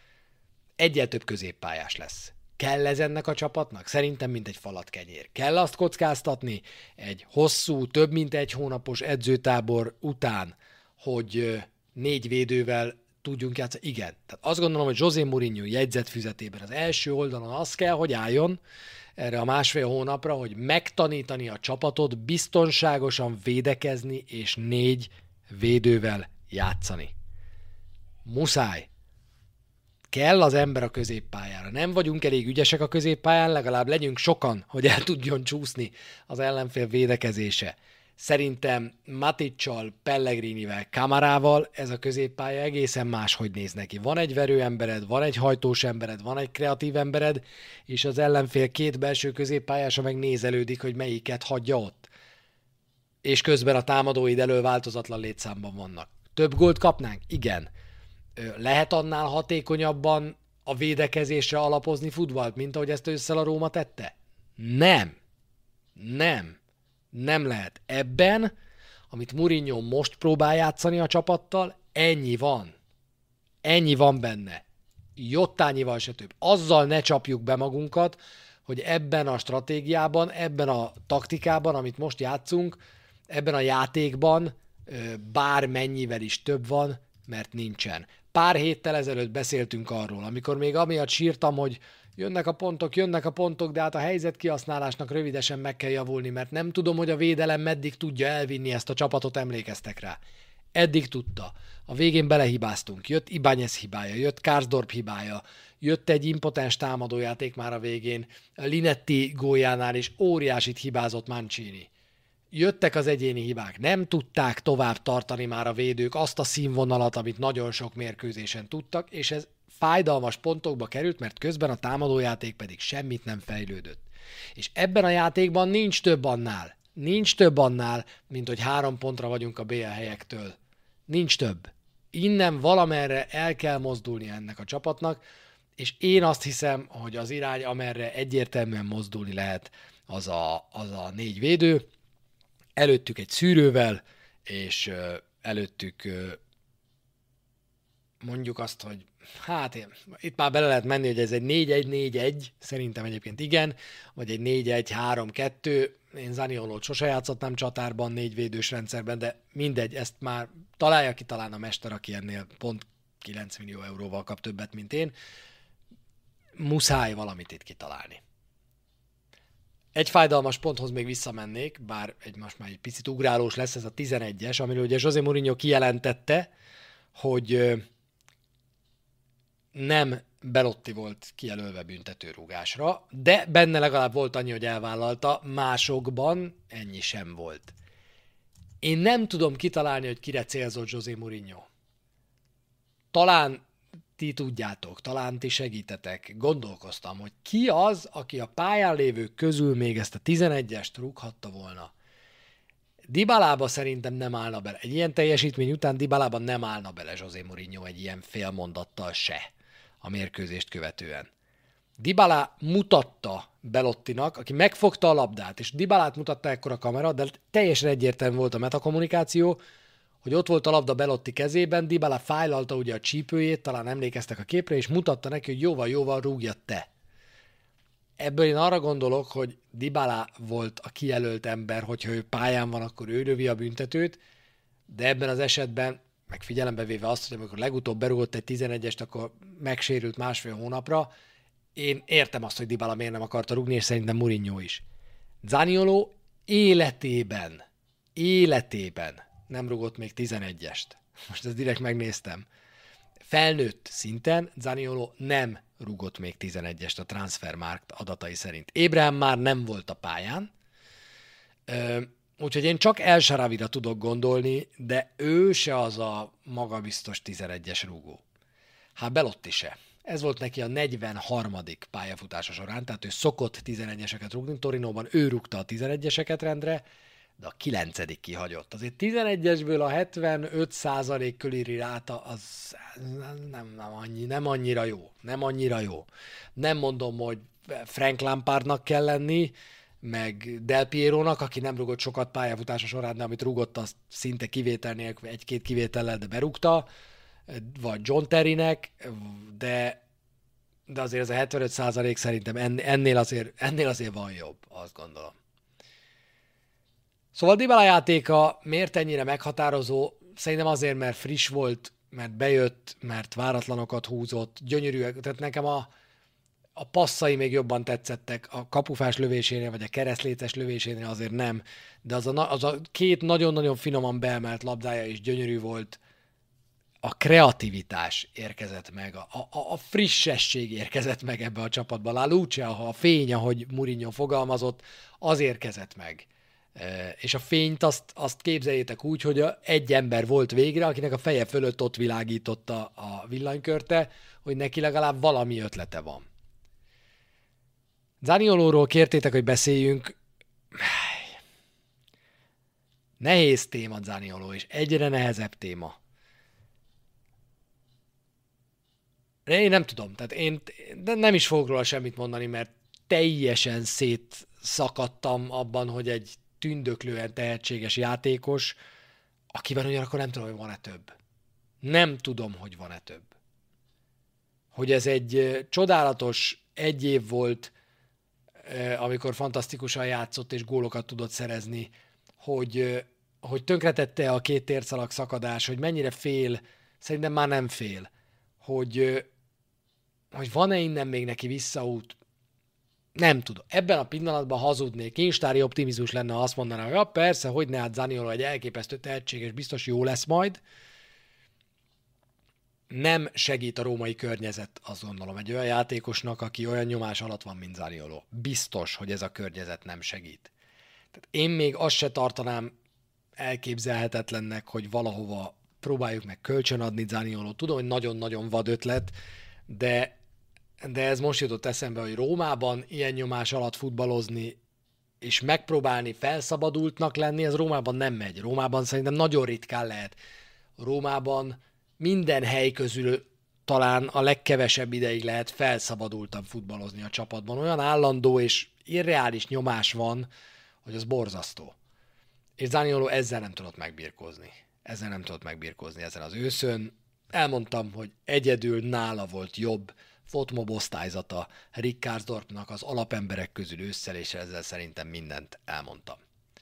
Egyre több középpályás lesz. Kell ez ennek a csapatnak? Szerintem mint egy falat kenyér. Kell azt kockáztatni egy hosszú, több mint egy hónapos edzőtábor után, hogy négy védővel tudjunk játszani? Igen. Tehát azt gondolom, hogy José Mourinho jegyzetfüzetében az első oldalon az kell, hogy álljon erre a másfél hónapra, hogy megtanítani a csapatot biztonságosan védekezni és négy védővel játszani. Muszáj. Kell az ember a középpályára. Nem vagyunk elég ügyesek a középpályán, legalább legyünk sokan, hogy el tudjon csúszni az ellenfél védekezése. Szerintem Maticsal, Pellegrinivel, Camarával ez a középpálya egészen máshogy néz neki. Van egy verőembered, van egy hajtós embered, van egy kreatív embered, és az ellenfél két belső középpályása meg nézelődik, hogy melyiket hagyja ott. És közben a támadóid elől változatlan létszámban vannak. Több gólt kapnánk? Igen. Lehet annál hatékonyabban a védekezésre alapozni futballt, mint ahogy ezt ősszel a Róma tette? Nem. Nem. Nem lehet. Ebben, amit Mourinho most próbál játszani a csapattal, ennyi van. Ennyi van benne. Jottányival se több. Azzal ne csapjuk be magunkat, hogy ebben a stratégiában, ebben a taktikában, amit most játszunk, ebben a játékban bármennyivel is több van, mert nincsen. Pár héttel ezelőtt beszéltünk arról, amikor még amiatt sírtam, hogy jönnek a pontok, jönnek a pontok, de hát a helyzet kihasználásnak rövidesen meg kell javulni, mert nem tudom, hogy a védelem meddig tudja elvinni ezt a csapatot, emlékeztek rá. Eddig tudta. A végén belehibáztunk. Jött Ibáñez hibája, jött Karsdorp hibája, jött egy impotens támadójáték már a végén, a Linetti góljánál is óriásit hibázott Mancini. Jöttek az egyéni hibák, nem tudták tovább tartani már a védők azt a színvonalat, amit nagyon sok mérkőzésen tudtak, és ez fájdalmas pontokba került, mert közben a támadójáték pedig semmit nem fejlődött. És ebben a játékban nincs több annál, nincs több annál, mint hogy három pontra vagyunk a bé el helyektől. Nincs több. Innen valamerre el kell mozdulni ennek a csapatnak, és én azt hiszem, hogy az irány, amerre egyértelműen mozdulni lehet, az a, az a négy védő. Előttük egy szűrővel, és előttük mondjuk azt, hogy hát én, itt már bele lehet menni, hogy ez egy négy egy négy egy, szerintem egyébként igen, vagy egy négy egy három kettő, én Zaniolót sose játszottam csatárban, négyvédős rendszerben, de mindegy, ezt már találja ki talán a mester, aki ennél pont kilenc millió euróval kap többet, mint én. Muszáj valamit itt kitalálni. Egy fájdalmas ponthoz még visszamennék, bár egy most már egy picit ugrálós lesz ez a tizenegyes, amiről ugye José Mourinho kijelentette, hogy nem Belotti volt kijelölve büntetőrúgásra, de benne legalább volt annyi, hogy elvállalta, másokban ennyi sem volt. Én nem tudom kitalálni, hogy kire célzott José Mourinho. Talán ti tudjátok, talán ti segítetek. Gondolkoztam, hogy ki az, aki a pályán lévők közül még ezt a tizenegyest rúghatta volna. Dybalába szerintem nem állna bele. Egy ilyen teljesítmény után Dybalában nem állna bele José Mourinho egy ilyen félmondattal se a mérkőzést követően. Dybala mutatta Belottinak, aki megfogta a labdát, és Dybalát mutatta ekkor a kamera, de teljesen egyértelmű volt a metakommunikáció, hogy ott volt a labda Belotti kezében, Dybala fájlalta ugye a csípőjét, talán emlékeztek a képre, és mutatta neki, hogy jóval-jóval rúgja te. Ebből én arra gondolok, hogy Dybala volt a kijelölt ember, hogyha ő pályán van, akkor ő lövi a büntetőt, de ebben az esetben, meg figyelembe véve azt, hogy amikor legutóbb berúgott egy tizenegyest, akkor megsérült másfél hónapra, én értem azt, hogy Dybala miért nem akarta rúgni, és szerintem Mourinho is. Zanioló életében, életében nem rúgott még tizenegyest. Most ezt direkt megnéztem. Felnőtt szinten Zanioló nem rúgott még tizenegyest a Transfermarkt adatai szerint. Ébrahim már nem volt a pályán, úgyhogy én csak El Shaarawyra tudok gondolni, de ő se az a magabiztos tizenegyes rúgó. Hát Belotti se. Ez volt neki a negyvenharmadik pályafutása során, tehát ő szokott tizenegyeseket rúgni, Torinóban ő rúgta a tizenegyeseket rendre, de a kilencedik kihagyott. Azért tizenegyesből a hetvenöt százalék körüli ráta az nem, nem, annyi, nem annyira jó. Nem annyira jó. Nem mondom, hogy Frank Lampardnak kell lenni, meg Del Pierónak, aki nem rúgott sokat pályafutása során, de amit rúgott, azt szinte kivétel nélkül, egy-két kivétellel, de berúgta, vagy John Terrynek, de, de azért ez a hetvenöt százalék szerintem ennél azért, ennél azért van jobb, azt gondolom. Szóval Dybala játéka miért ennyire meghatározó? Szerintem azért, mert friss volt, mert bejött, mert váratlanokat húzott, gyönyörűek. Tehát nekem a, a passzai még jobban tetszettek, a kapufás lövésénél, vagy a keresztléces lövésénél azért nem, de az a, az a két nagyon-nagyon finoman beemelt labdája is gyönyörű volt. A kreativitás érkezett meg, a, a, a frissesség érkezett meg ebbe a csapatba. La luce, a fény, ahogy Mourinho fogalmazott, az érkezett meg. És a fényt azt, azt képzeljétek úgy, hogy egy ember volt végre, akinek a feje fölött ott világította a villanykörte, hogy neki legalább valami ötlete van. Zaniolóról kértétek, hogy beszéljünk. Nehéz téma Zanioló, és egyre nehezebb téma. Én nem tudom, tehát én nem is fogok róla semmit mondani, mert teljesen szétszakadtam abban, hogy egy tündöklően tehetséges játékos, akiben ugyanakkor nem tudom, hogy van-e több. Nem tudom, hogy van-e több. Hogy ez egy csodálatos egy év volt, amikor fantasztikusan játszott és gólokat tudott szerezni, hogy, hogy tönkretette a két térdszalag szakadás, hogy mennyire fél, szerintem már nem fél, hogy, hogy van-e innen még neki visszaút, Nem tudom. Ebben a pillanatban hazudnék. Kincstári optimizmus lenne, ha azt mondaná, hogy ja, persze, hogy ne, hát Zaniolo egy elképesztő tehetséges, biztos jó lesz majd. Nem segít a római környezet, azt gondolom, egy olyan játékosnak, aki olyan nyomás alatt van, mint Zaniolo. Biztos, hogy ez a környezet nem segít. Tehát én még azt se tartanám elképzelhetetlennek, hogy valahova próbáljuk meg kölcsönadni Zaniolót. Tudom, hogy nagyon-nagyon vad ötlet, de, de ez most jutott eszembe, hogy Rómában ilyen nyomás alatt futballozni, és megpróbálni felszabadultnak lenni, ez Rómában nem megy. Rómában szerintem nagyon ritkán lehet. Rómában minden hely közül talán a legkevesebb ideig lehet felszabadultan futballozni a csapatban. Olyan állandó és irreális nyomás van, hogy az borzasztó. És Zaniolo ezzel nem tudott megbirkózni. Ezzel nem tudott megbirkózni ezen az őszön. Elmondtam, hogy egyedül nála volt jobb Fotmob osztályzata Rickarsdorpnak az alapemberek közül ősszel, és ezzel szerintem mindent elmondtam.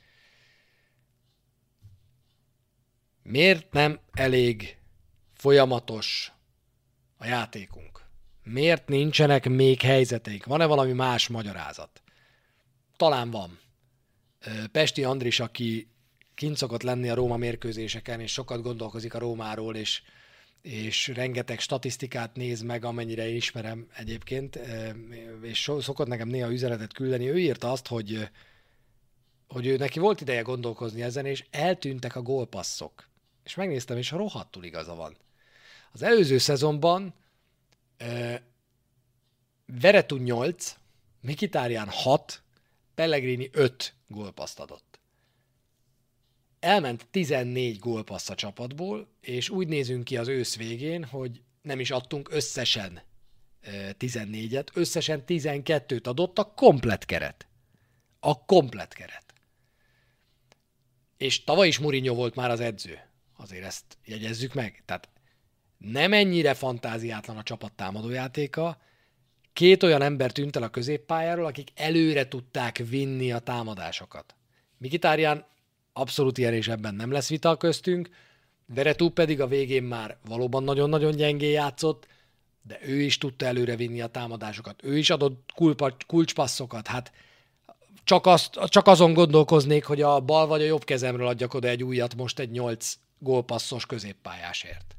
Miért nem elég folyamatos a játékunk? Miért nincsenek még helyzeteink? Van-e valami más magyarázat? Talán van. Pesti Andris, aki kint szokott lenni a Róma mérkőzéseken, és sokat gondolkozik a Rómáról, és, és rengeteg statisztikát néz meg, amennyire én ismerem egyébként, és szokott nekem néha üzenetet küldeni. Ő írta azt, hogy, hogy ő neki volt ideje gondolkozni ezen, és eltűntek a gólpasszok. És megnéztem, és rohadtul igaza van. Az előző szezonban uh, Veretout nyolc, Mkhitaryan hat, Pellegrini öt gólpasszt adott. Elment tizennégy gólpassz a csapatból, és úgy nézünk ki az ősz végén, hogy nem is adtunk összesen tizennégyet, összesen tizenkettőt adott a komplett keret. A komplett keret. És tavaly is Mourinho volt már az edző. Azért ezt jegyezzük meg. Tehát nem ennyire fantáziátlan a csapat támadójátéka. Két olyan ember tűnt el a középpályáról, akik előre tudták vinni a támadásokat. Mkhitaryan abszolút ilyen, és ebben nem lesz vita köztünk. Veretout pedig a végén már valóban nagyon-nagyon gyengén játszott, de ő is tudta előre vinni a támadásokat. Ő is adott kulcspasszokat. Hát csak, azt, csak azon gondolkoznék, hogy a bal vagy a jobb kezemről adjak oda egy újat most egy nyolc gólpasszos középpályásért.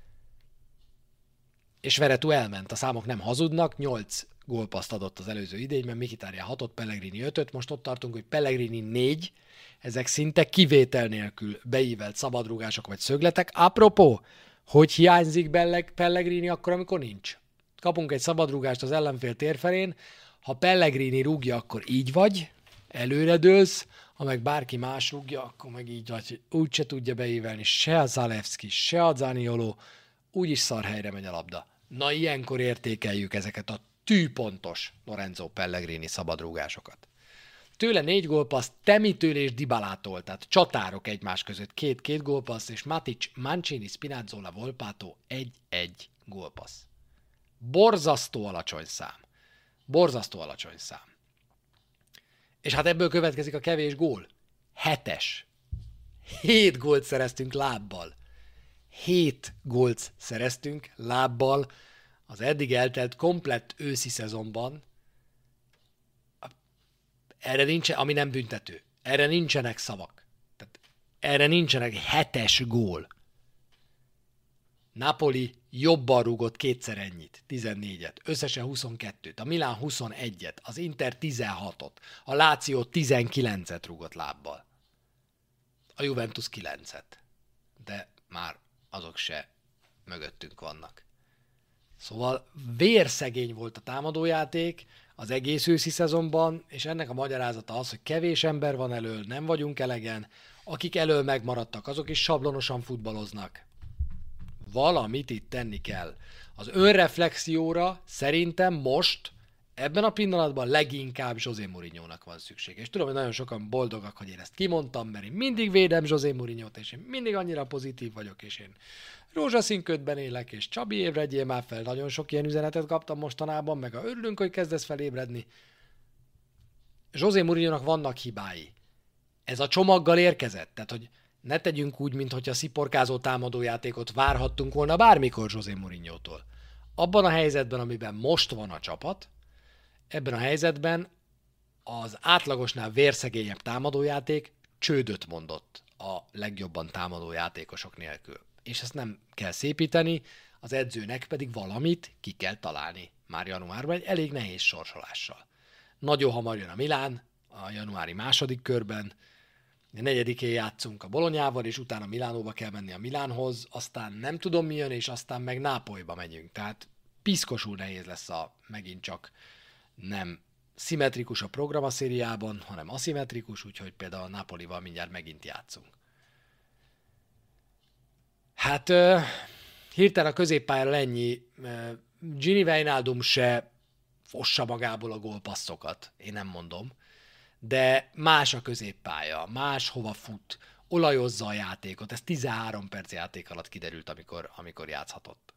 És Veretout elment, a számok nem hazudnak, nyolc gólpasszt adott az előző idényben, Mkhitaryan hatot, Pellegrini ötöt, most ott tartunk, hogy Pellegrini négy, ezek szinte kivétel nélkül beívelt szabadrúgások vagy szögletek. Apropó, hogy hiányzik Pellegrini akkor, amikor nincs? Kapunk egy szabadrúgást az ellenfél térfelén, ha Pellegrini rúgja, akkor így vagy, előredőlsz, ha meg bárki más rúgja, akkor meg így vagy, úgy se tudja beívelni se a Zalewski, se a Zaniolo, úgyis szar helyre megy a labda. Na, ilyenkor értékeljük ezeket a tűpontos Lorenzo Pellegrini szabadrúgásokat. Tőle négy gólpassz, Temitől és Dybalától, tehát csatárok egymás között két-két gólpassz, és Matic, Mancini, Spinazzola, Volpato egy-egy gólpassz. Borzasztó alacsony szám. Borzasztó alacsony szám. És hát ebből következik a kevés gól. Hetes. Hét gólt szereztünk lábbal. Hét gólt szereztünk lábbal az eddig eltelt komplett őszi szezonban. Erre nincsen, ami nem büntető. Erre nincsenek szavak. Tehát erre nincsenek hetes gól. Napoli jobban rúgott kétszer ennyit, tizennégyet, összesen huszonkettőt, a Milán huszonegyet, az Inter tizenhatot, a Lazio tizenkilencet rúgott lábbal. A Juventus kilencet. De már azok se mögöttünk vannak. Szóval vérszegény volt a támadójáték az egész őszi szezonban, és ennek a magyarázata az, hogy kevés ember van elől, nem vagyunk elegen, akik elől megmaradtak, azok is sablonosan futballoznak. Valamit itt tenni kell. Az önreflexióra szerintem most, ebben a pillanatban leginkább José Mourinhónak van szükség. És tudom, hogy nagyon sokan boldogak, hogy én ezt kimondtam, mert én mindig védem José Mourinhót, és én mindig annyira pozitív vagyok, és én rózsaszín ködben élek, és Csabi, ébredjél már fel. Nagyon sok ilyen üzenetet kaptam mostanában, meg a örülünk, hogy kezdesz felébredni. José Mourinhónak vannak hibái. Ez a csomaggal érkezett, tehát hogy ne tegyünk úgy, mintha sziporkázó támadójátékot várhattunk volna bármikor José Mourinhótól. Abban a helyzetben, amiben most van a csapat, ebben a helyzetben az átlagosnál vérszegényebb támadójáték csődöt mondott a legjobban támadó játékosok nélkül. És ezt nem kell szépíteni, az edzőnek pedig valamit ki kell találni már januárban egy elég nehéz sorsolással. Nagyon hamar jön a Milán a januári második körben, a negyedikén játszunk a Bolonyával, és utána Milánóba kell menni a Milánhoz, aztán nem tudom mi jön, és aztán meg Nápolyba megyünk. Tehát piszkosul nehéz lesz a megint csak nem szimmetrikus a program a szériában, hanem aszimmetrikus, úgyhogy például a Napolival mindjárt megint játszunk. Hát uh, hirtelen a középpályára ennyi. Uh, Gini Wijnaldum se fossa magából a gólpasszokat, én nem mondom, de más a középpálya, más hova fut, olajozza a játékot, ez tizenhárom perc játék alatt kiderült, amikor, amikor játszhatott.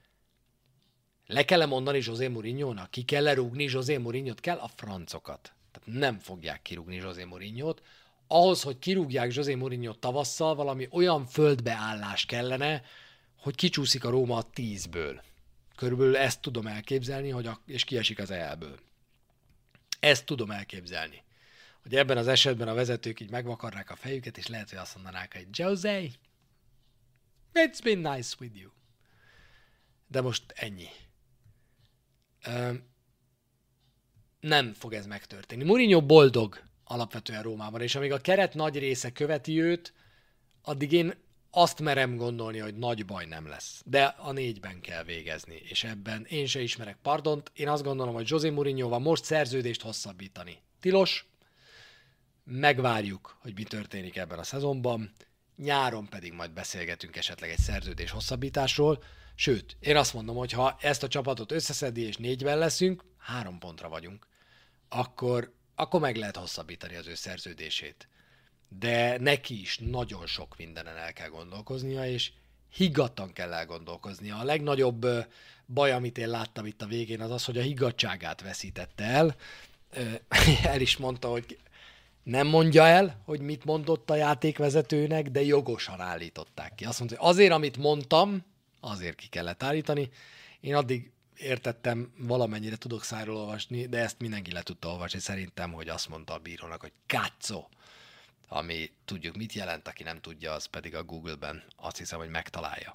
Le kell mondani José Mourinho-nak, ki kell lerúgni José Mourinho-t, kell a francokat. Tehát nem fogják kirúgni José Mourinho-t. Ahhoz, hogy kirúgják José Mourinho-t tavasszal, valami olyan földbeállás kellene, hogy kicsúszik a Róma a tízből. Körülbelül ezt tudom elképzelni, hogy a, és kiesik az elből. Ezt tudom elképzelni. Hogy ebben az esetben a vezetők így megvakarnák a fejüket, és lehet, hogy azt mondanák, hogy José, it's been nice with you. De most ennyi. Ö, nem fog ez megtörténni. Mourinho boldog alapvetően Rómában, és amíg a keret nagy része követi őt, addig én azt merem gondolni, hogy nagy baj nem lesz. De a négyben kell végezni, és ebben én se ismerek pardont. Én azt gondolom, hogy José Mourinhoval most szerződést hosszabbítani tilos, megvárjuk, hogy mi történik ebben a szezonban, nyáron pedig majd beszélgetünk esetleg egy szerződés hosszabbításról, sőt, én azt mondom, hogy ha ezt a csapatot összeszedi és négyben leszünk, három pontra vagyunk, akkor, akkor meg lehet hosszabbítani az ő szerződését. De neki is nagyon sok mindenen el kell gondolkoznia, és higgadtan kell elgondolkoznia. A legnagyobb baj, amit én láttam itt a végén, az az, hogy a higgadtságát veszítette el. El is mondta, hogy nem mondja el, hogy mit mondott a játékvezetőnek, de jogosan állították ki. Azt mondta, hogy azért, amit mondtam, azért ki kellett állítani. Én addig értettem, valamennyire tudok szájról olvasni, de ezt mindenki le tudta olvasni szerintem, hogy azt mondta a bírónak, hogy cazzo, ami tudjuk mit jelent, aki nem tudja, az pedig a Google-ben azt hiszem, hogy megtalálja.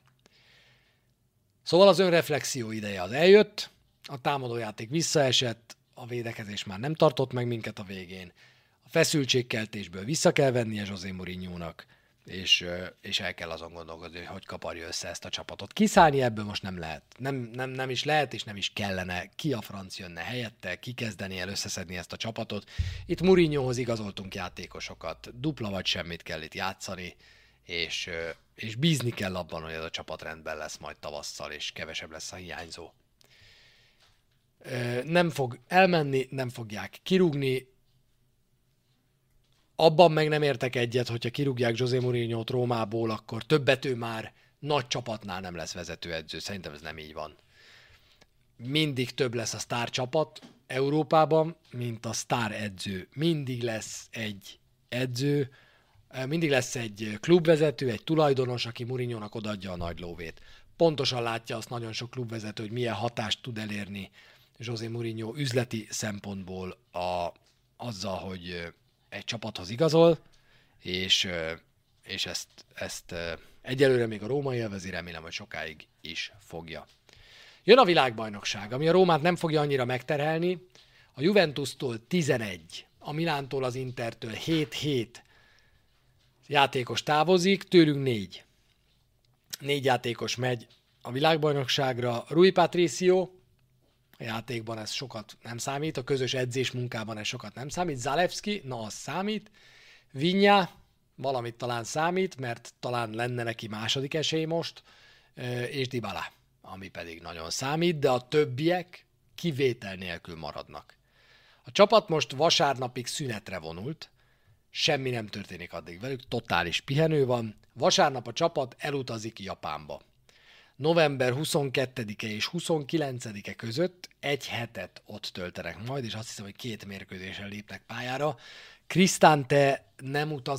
Szóval az önreflexió ideje az eljött, a támadójáték visszaesett, a védekezés már nem tartott meg minket a végén, a feszültségkeltésből vissza kell vennie José Mourinho-nak, és, és el kell azon gondolkodni, hogy hogy kaparja össze ezt a csapatot. Kiszállni ebből most nem lehet. Nem, nem, nem is lehet, és nem is kellene. Ki a franc jönne helyette, ki kezdeni el összeszedni ezt a csapatot. Itt Mourinhohoz igazoltunk játékosokat, dupla vagy semmit kell itt játszani, és, és bízni kell abban, hogy ez a csapat rendben lesz majd tavasszal, és kevesebb lesz a hiányzó. Nem fog elmenni, nem fogják kirúgni. Abban meg nem értek egyet, hogyha kirúgják José Mourinho-t Rómából, akkor többet ő már nagy csapatnál nem lesz vezetőedző. Szerintem ez nem így van. Mindig több lesz a sztár csapat Európában, mint a sztár edző. Mindig lesz egy edző, mindig lesz egy klubvezető, egy tulajdonos, aki Mourinho-nak odaadja a nagy lóvét. Pontosan látja azt nagyon sok klubvezető, hogy milyen hatást tud elérni José Mourinho üzleti szempontból a, azzal, hogy egy csapathoz igazol, és, és ezt, ezt egyelőre még a Róma élvezi, remélem, hogy sokáig is fogja. Jön a világbajnokság, ami a Rómát nem fogja annyira megterhelni. A Juventustól tizenegy, a Milántól, az Intertől hét-hét játékos távozik, tőlünk négy. Négy játékos megy a világbajnokságra. Rui Patricio, a játékban ez sokat nem számít, a közös edzés munkában ez sokat nem számít. Zalewski, na az számít. Vinya, valamit talán számít, mert talán lenne neki második esély most, és Dybala, ami pedig nagyon számít, de a többiek kivétel nélkül maradnak. A csapat most vasárnapig szünetre vonult, semmi nem történik addig velük, totális pihenő van. Vasárnap a csapat elutazik Japánba. november huszonkettedike és huszonkilencedike között egy hetet ott töltenek majd, és azt hiszem, hogy két mérkőzésen lépnek pályára. Cristante nem utazik,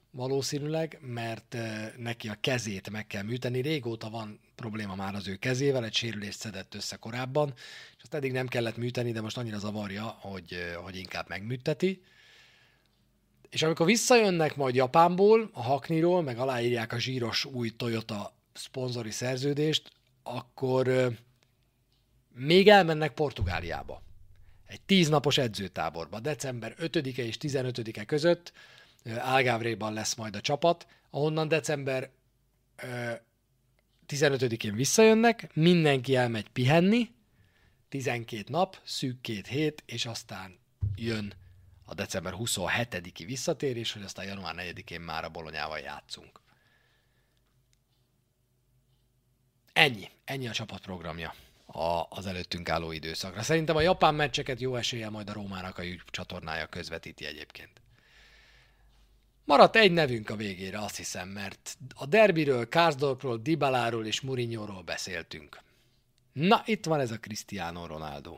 valószínűleg, mert neki a kezét meg kell műteni. Régóta van probléma már az ő kezével, egy sérülést szedett össze korábban, és azt eddig nem kellett műteni, de most annyira zavarja, hogy, hogy inkább megműteti. És amikor visszajönnek majd Japánból, a Hackneyról, meg aláírják a zsíros új Toyota szponzori szerződést, akkor még elmennek Portugáliába. Egy tíznapos edzőtáborba. December ötödike és tizenötödike között Algarvéban lesz majd a csapat, ahonnan december tizenötödikén visszajönnek, mindenki elmegy pihenni, tizenkét nap, szűk két hét, és aztán jön a december huszonhetediki visszatérés, hogy aztán január negyedikén már a Bolonyával játszunk. Ennyi. Ennyi a csapatprogramja az előttünk álló időszakra. Szerintem a japán meccseket jó eséllyel majd a Rómának a YouTube csatornája közvetíti egyébként. Maradt egy nevünk a végére, azt hiszem, mert a derbiről, Karsdorpról, Dybaláról és Mourinhoról beszéltünk. Na, itt van ez a Cristiano Ronaldo.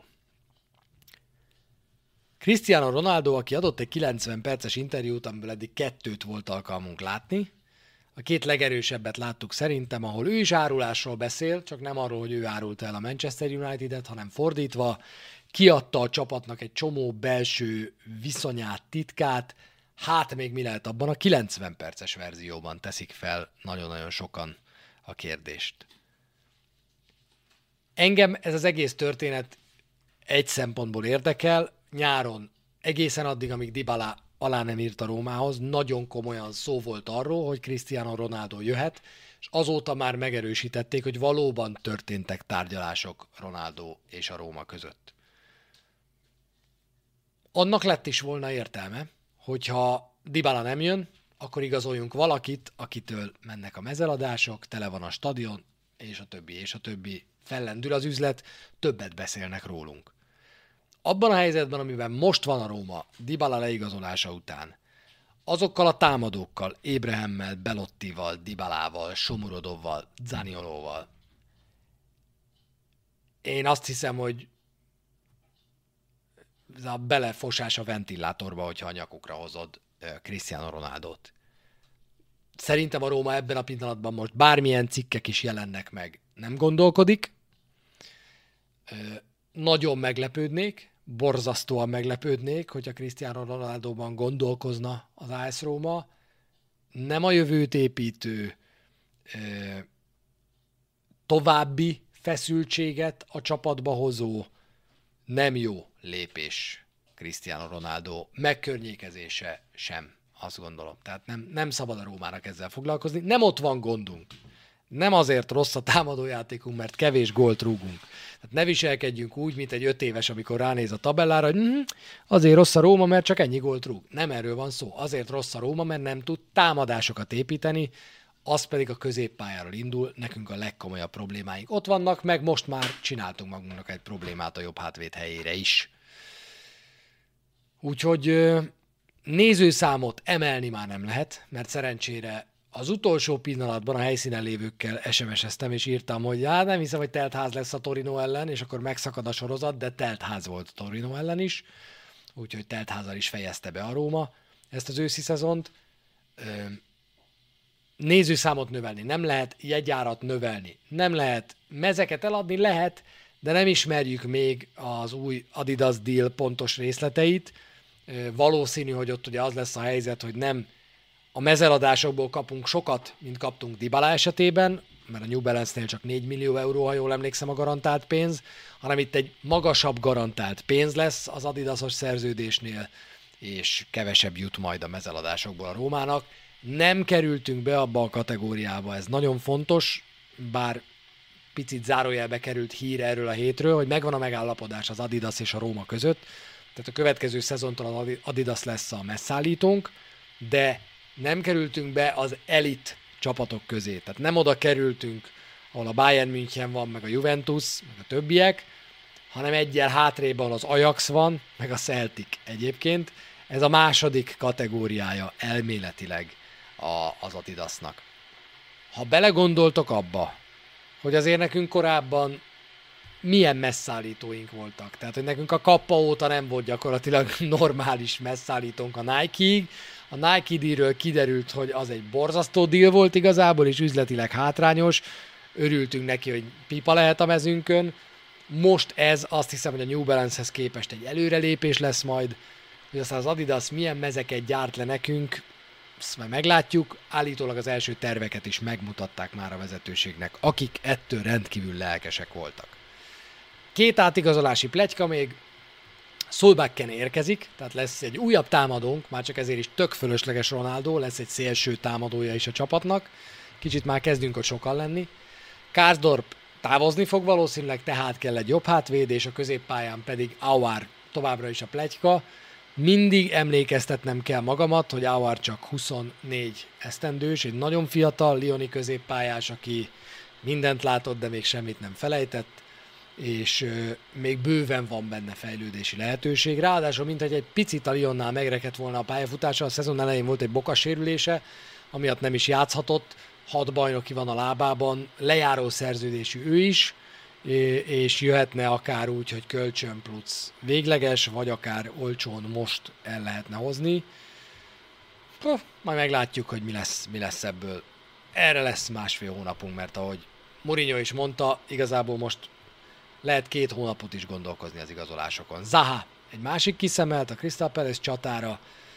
Cristiano Ronaldo, aki adott egy kilencven perces interjút, amiből eddig kettőt volt alkalmunk látni. A két legerősebbet láttuk szerintem, ahol ő is árulásról beszél, csak nem arról, hogy ő árult el a Manchester United-et, hanem fordítva, kiadta a csapatnak egy csomó belső viszonyát, titkát. Hát még mi lehet abban a kilencven perces verzióban, teszik fel nagyon-nagyon sokan a kérdést. Engem ez az egész történet egy szempontból érdekel. Nyáron egészen addig, amíg Dybala alá nem írt a Rómához, nagyon komolyan szó volt arról, hogy Cristiano Ronaldo jöhet, és azóta már megerősítették, hogy valóban történtek tárgyalások Ronaldo és a Róma között. Annak lett is volna értelme, hogyha Dybala nem jön, akkor igazoljunk valakit, akitől mennek a mezeladások, tele van a stadion, és a többi, és a többi, fellendül az üzlet, többet beszélnek rólunk. Abban a helyzetben, amiben most van a Róma, Dybala leigazolása után, azokkal a támadókkal, Ébrahemmel, Belottival, Dybalával, Shomurodovval, Zaniolóval, én azt hiszem, hogy ez a belefosás a ventilátorba, hogyha a nyakukra hozod Cristiano Ronaldot. Szerintem a Róma ebben a pillanatban most bármilyen cikkek is jelennek meg, nem gondolkodik. Nagyon meglepődnék, borzasztóan meglepődnék, hogyha Cristiano Ronaldoban gondolkozna az á es Róma. Nem a jövőt építő, további feszültséget a csapatba hozó, nem jó lépés Cristiano Ronaldo megkörnyékezése sem, azt gondolom. Tehát nem, nem szabad a Rómának ezzel foglalkozni. Nem ott van gondunk. Nem azért rossz a támadójátékunk, mert kevés gólt rúgunk. Tehát ne viselkedjünk úgy, mint egy öt éves, amikor ránéz a tabellára, hogy mm, azért rossz a Róma, mert csak ennyi gólt rúg. Nem erről van szó. Azért rossz a Róma, mert nem tud támadásokat építeni, az pedig a középpályáról indul, nekünk a legkomolyabb problémáink ott vannak, meg most már csináltunk magunknak egy problémát a jobb hátvéd helyére is. Úgyhogy nézőszámot emelni már nem lehet, mert szerencsére az utolsó pillanatban a helyszínen lévőkkel es em es-eztem, és írtam, hogy hát nem hiszem, hogy teltház lesz a Torino ellen, és akkor megszakad a sorozat, de teltház volt a Torino ellen is, úgyhogy teltházzal is fejezte be a Róma ezt az őszi szezont. Nézőszámot növelni nem lehet, jegyárat növelni nem lehet, mezeket eladni lehet, de nem ismerjük még az új Adidas deal pontos részleteit. Valószínű, hogy ott ugye az lesz a helyzet, hogy nem a mezeladásokból kapunk sokat, mint kaptunk Dybala esetében, mert a New Balance-nél csak négy millió euró, ha jól emlékszem, a garantált pénz, hanem itt egy magasabb garantált pénz lesz az Adidasos szerződésnél, és kevesebb jut majd a mezeladásokból a Rómának. Nem kerültünk be abba a kategóriába, ez nagyon fontos, bár picit zárójelbe került hír erről a hétről, hogy megvan a megállapodás az Adidas és a Róma között, tehát a következő szezontól az Adidas lesz a messzállítónk, de nem kerültünk be az elit csapatok közé. Tehát nem oda kerültünk, ahol a Bayern München van, meg a Juventus, meg a többiek, hanem egyel hátrébb, ahol az Ajax van, meg a Celtic egyébként. Ez a második kategóriája elméletileg a, az Adidasnak. Ha belegondoltok abba, hogy azért nekünk korábban milyen messzállítóink voltak. Tehát, hogy nekünk a Kappa óta nem volt gyakorlatilag normális messzállítónk a Nike-ig, A Nike díjről kiderült, hogy az egy borzasztó deal volt igazából, és üzletileg hátrányos. Örültünk neki, hogy pipa lehet a mezünkön. Most ez azt hiszem, hogy a New Balance-hez képest egy előrelépés lesz majd, hogy aztán az Adidas milyen mezeket gyárt le nekünk, azt majd meglátjuk. Állítólag az első terveket is megmutatták már a vezetőségnek, akik ettől rendkívül lelkesek voltak. Két átigazolási pletyka még, Solbakken érkezik, tehát lesz egy újabb támadónk, már csak ezért is tök fölösleges Ronaldo, lesz egy szélső támadója is a csapatnak, kicsit már kezdünk ott sokan lenni. Karsdorp távozni fog valószínűleg, tehát kell egy jobb hátvéd, és a középpályán pedig Aouar továbbra is a pletyka. Mindig emlékeztetnem kell magamat, hogy Aouar csak huszonnégy esztendős, egy nagyon fiatal lioni középpályás, aki mindent látott, de még semmit nem felejtett, és euh, még bőven van benne fejlődési lehetőség. Ráadásul, mint hogy egy picit a Lyonnál megrekedt volna a pályafutása, a szezon elején volt egy bokasérülése, amiatt nem is játszhatott, hat bajnoki van a lábában, lejáró szerződésű ő is, és jöhetne akár úgy, hogy kölcsön plusz végleges, vagy akár olcsón most el lehetne hozni. Puh, majd meglátjuk, hogy mi lesz, mi lesz ebből. Erre lesz másfél hónapunk, mert ahogy Mourinho is mondta, igazából most lehet két hónapot is gondolkozni az igazolásokon. Zaha, egy másik kiszemelt a Crystal Palace csatára.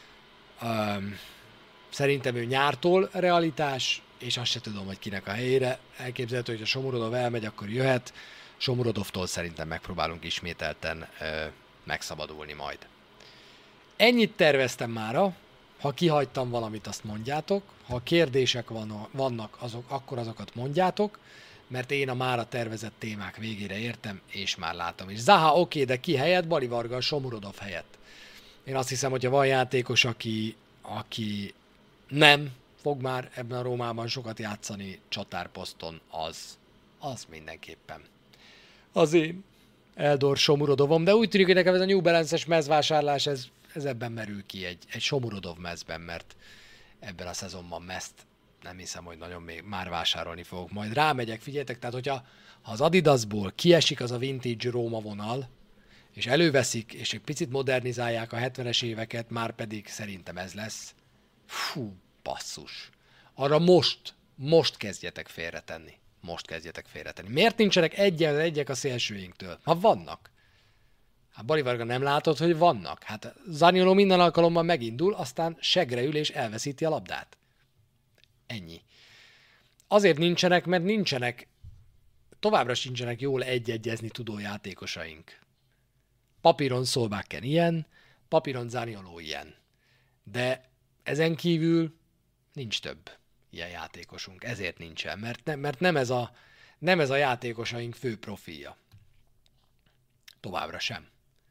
Um, szerintem ő nyártól realitás, és azt se tudom, hogy kinek a helyére. Elképzelhető, hogy a Shomurodov elmegy, akkor jöhet. Shomurodovtól szerintem megpróbálunk ismételten ö, megszabadulni majd. Ennyit terveztem mára. Ha kihagytam valamit, azt mondjátok. Ha kérdések van, vannak, azok, akkor azokat mondjátok, mert én a mára tervezett témák végére értem, és már látom is. Zaha oké, okay, de ki helyett? Bali Varga, Shomurodov helyett. Én azt hiszem, hogyha van játékos, aki, aki nem fog már ebben a Rómában sokat játszani csatárposzton, az, az mindenképpen az én Eldor Shomurodovom, de úgy tűnik, hogy nekem ez a New Balance-es mezvásárlás, ez, ez ebben merül ki, egy, egy Shomurodov mezben, mert ebben a szezonban mezt nem hiszem, hogy nagyon még már vásárolni fogok. Majd rámegyek, figyeljetek, tehát hogyha ha az Adidasból kiesik az a vintage Róma vonal, és előveszik, és egy picit modernizálják a hetvenes éveket, már pedig szerintem ez lesz. Fú, basszus. Arra most, most kezdjetek félretenni. Most kezdjetek félretenni. Miért nincsenek egyen egyek a szélsőinktől? Ha vannak. Hát Bali Varga nem látod, hogy vannak. Hát Zanioló minden alkalommal megindul, aztán segre ül és elveszíti a labdát. Ennyi. Azért nincsenek, mert nincsenek, továbbra sincsenek jól egy-egyezni tudó játékosaink. Papíron Solbakken ilyen, papíron Zanioló ilyen. De ezen kívül nincs több ilyen játékosunk. Ezért nincsen, mert, ne, mert nem, ez a, nem ez a játékosaink fő profilja. Továbbra sem.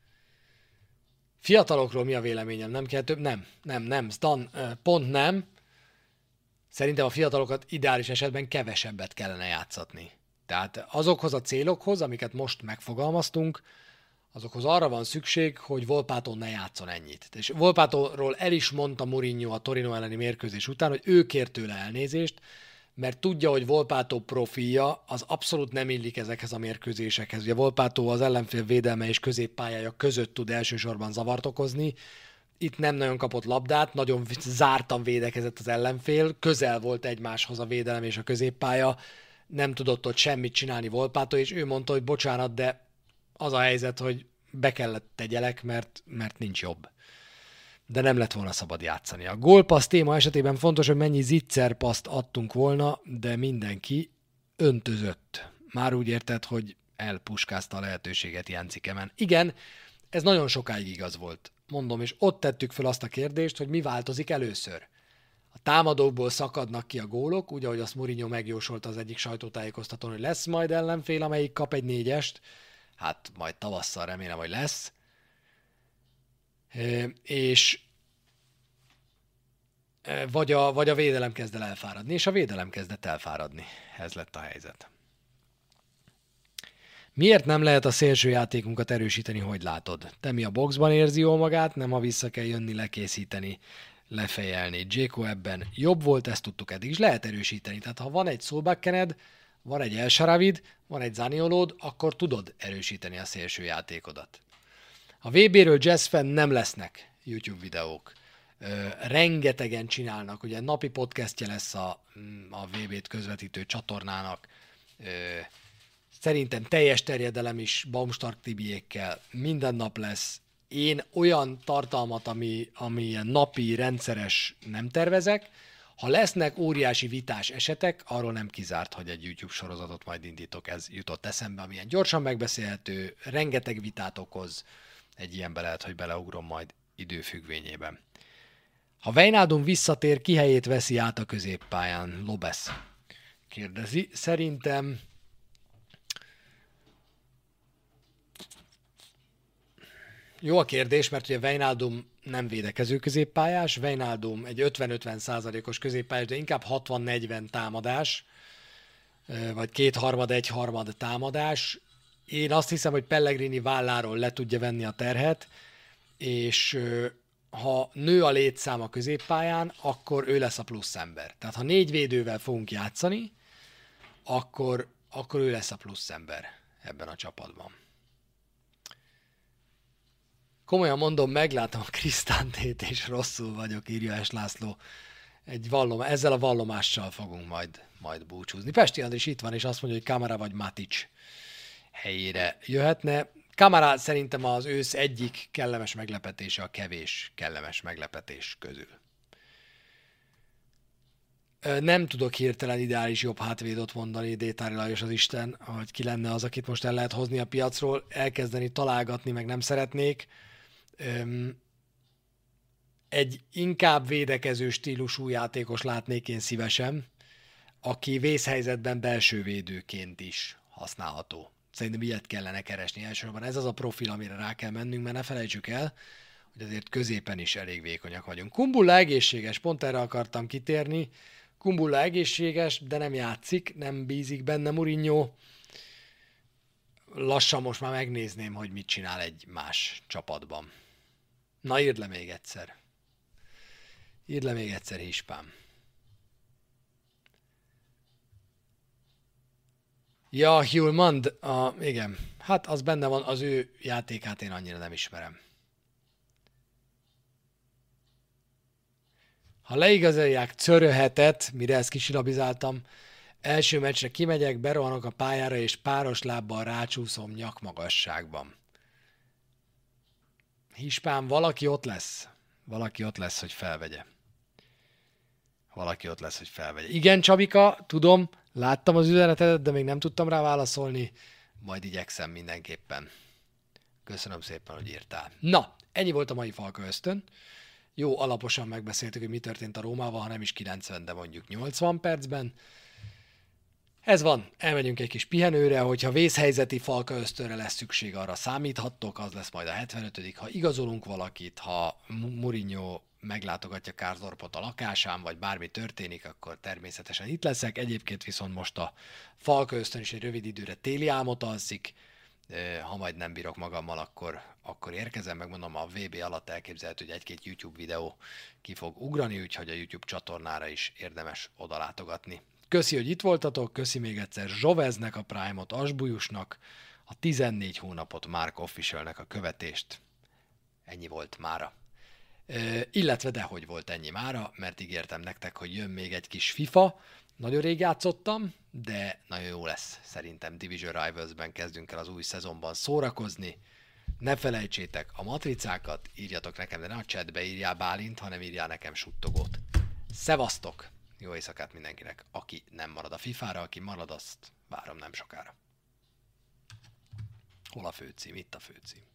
Fiatalokról mi a véleményem? Nem kell több? Nem. Nem, nem. Stan, pont nem. Szerintem a fiatalokat ideális esetben kevesebbet kellene játszatni. Tehát azokhoz a célokhoz, amiket most megfogalmaztunk, azokhoz arra van szükség, hogy Volpato ne játszon ennyit. És Volpatóról el is mondta Mourinho a Torino elleni mérkőzés után, hogy ő kér tőle elnézést, mert tudja, hogy Volpato profilja az abszolút nem illik ezekhez a mérkőzésekhez. Ugye Volpato az ellenfél védelme és középpályája között tud elsősorban zavart okozni. Itt nem nagyon kapott labdát, nagyon zártan védekezett az ellenfél, közel volt egymáshoz a védelem és a középpálya, nem tudott ott semmit csinálni Volpato, és ő mondta, hogy bocsánat, de az a helyzet, hogy be kellett tegyelek, mert, mert nincs jobb. De nem lett volna szabad játszani. A gólpassz téma esetében fontos, hogy mennyi zicserpaszt adtunk volna, de mindenki öntözött. Már úgy érted, hogy elpuskázta a lehetőséget Jáncikemen. Igen, ez nagyon sokáig igaz volt. Mondom, és ott tettük fel azt a kérdést, hogy mi változik először. A támadókból szakadnak ki a gólok, úgy, ahogy azt Mourinho megjósolta az egyik sajtótájékoztatón, hogy lesz majd ellenfél, amelyik kap egy négyest. Hát majd tavasszal remélem, hogy lesz. E, és e, vagy, a, vagy a védelem kezd el elfáradni, és a védelem kezdett elfáradni. Ez lett a helyzet. Miért nem lehet a szélső játékunkat erősíteni, hogy látod? Temi a boxban érzi jól magát, nem ha vissza kell jönni, lekészíteni, lefejelni. Dzséko ebben jobb volt, ezt tudtuk eddig is, lehet erősíteni. Tehát ha van egy Solbakkened, van egy El Shaarawyd, van egy Zaniolód, akkor tudod erősíteni a szélső játékodat. A vé béről Jazz fan nem lesznek YouTube videók. rengetegen csinálnak, ugye napi podcastje lesz a, a vé bét közvetítő csatornának, szerintem teljes terjedelem is Baumstark Tibiékkel, minden nap lesz. Én olyan tartalmat, ami, ami ilyen napi, rendszeres nem tervezek. Ha lesznek óriási vitás esetek, arról nem kizárt, hogy egy YouTube sorozatot majd indítok, ez jutott eszembe, amilyen gyorsan megbeszélhető, rengeteg vitát okoz, egy ilyenbe lehet, hogy beleugrom majd időfüggvényében. Ha Wijnaldum visszatér, ki helyét veszi át a középpályán? Lobesz kérdezi. Szerintem jó a kérdés, mert ugye Wijnaldum nem védekező középpályás, Wijnaldum egy ötven-ötven százalékos középpályás, de inkább hatvan-negyven támadás, vagy kétharmad, egyharmad támadás. Én azt hiszem, hogy Pellegrini válláról le tudja venni a terhet, és ha nő a létszám a középpályán, akkor ő lesz a plusz ember. Tehát ha négy védővel fogunk játszani, akkor, akkor ő lesz a plusz ember ebben a csapatban. Komolyan mondom, meglátom a Krisztántét, és rosszul vagyok, írja S. László. Egy vallom, ezzel a vallomással fogunk majd, majd búcsúzni. Pesti Andris itt van, és azt mondja, hogy Kamara vagy Matic helyére jöhetne. Kamara szerintem az ősz egyik kellemes meglepetése a kevés kellemes meglepetés közül. Nem tudok hirtelen ideális jobb hátvédot mondani, Détári Lajos az Isten, hogy ki lenne az, akit most el lehet hozni a piacról, elkezdeni találgatni, meg nem szeretnék. Egy inkább védekező stílusú játékos látnék én szívesen, aki vészhelyzetben belső védőként is használható. Szerintem ilyet kellene keresni elsősorban. Ez az a profil, amire rá kell mennünk, mert ne felejtsük el, hogy azért középen is elég vékonyak vagyunk. Kumbulla egészséges, pont erre akartam kitérni. Kumbulla egészséges, de nem játszik, nem bízik benne Mourinho. Lassan most már megnézném, hogy mit csinál egy más csapatban. Na, írd le még egyszer. Írd le még egyszer, Hispán. Ja, Hjulmand, a, igen, hát az benne van, az ő játékát én annyira nem ismerem. Ha leigazolják Czöröhetet, mire ezt kisilabizáltam, első meccsre kimegyek, berohanok a pályára, és páros lábbal rácsúszom nyakmagasságban. Hispán, valaki ott lesz. Valaki ott lesz, hogy felvegye. Valaki ott lesz, hogy felvegye. Igen, Csabika, tudom, láttam az üzenetedet, de még nem tudtam rá válaszolni. Majd igyekszem mindenképpen. Köszönöm szépen, hogy írtál. Na, ennyi volt a mai Falka Ösztön. Jó, alaposan megbeszéltük, hogy mi történt a Rómával, ha nem is kilencven, de mondjuk nyolcvan percben. Ez van, elmegyünk egy kis pihenőre, hogyha vészhelyzeti Falka Ösztönre lesz szükség, arra számíthattok, az lesz majd a hetvenötödik Ha igazolunk valakit, ha Mourinho meglátogatja Karsdorpot a lakásán, vagy bármi történik, akkor természetesen itt leszek. Egyébként viszont most a Falka Ösztön is egy rövid időre téli álmot alszik. Ha majd nem bírok magammal, akkor, akkor érkezem, megmondom, a vé bé alatt elképzelhető, hogy egy-két YouTube videó ki fog ugrani, úgyhogy a YouTube csatornára is érdemes odalátogatni. Köszi, hogy itt voltatok, köszi még egyszer Zsoveznek a Prime-ot, Asbujusnak, a tizennégy hónapot Mark Officialnek a követést. Ennyi volt mára. E, illetve dehogy volt ennyi mára, mert ígértem nektek, hogy jön még egy kis FIFA. Nagyon rég játszottam, de nagyon jó lesz. Szerintem Division Rivals-ben kezdünk el az új szezonban szórakozni. Ne felejtsétek a matricákat, írjatok nekem, de ne a chatbe írjál Bálint, hanem írjál nekem suttogót. Szevasztok! Jó éjszakát mindenkinek, aki nem marad a fifára, aki marad, azt várom nem sokára. Hol a főcím? Itt a főcím.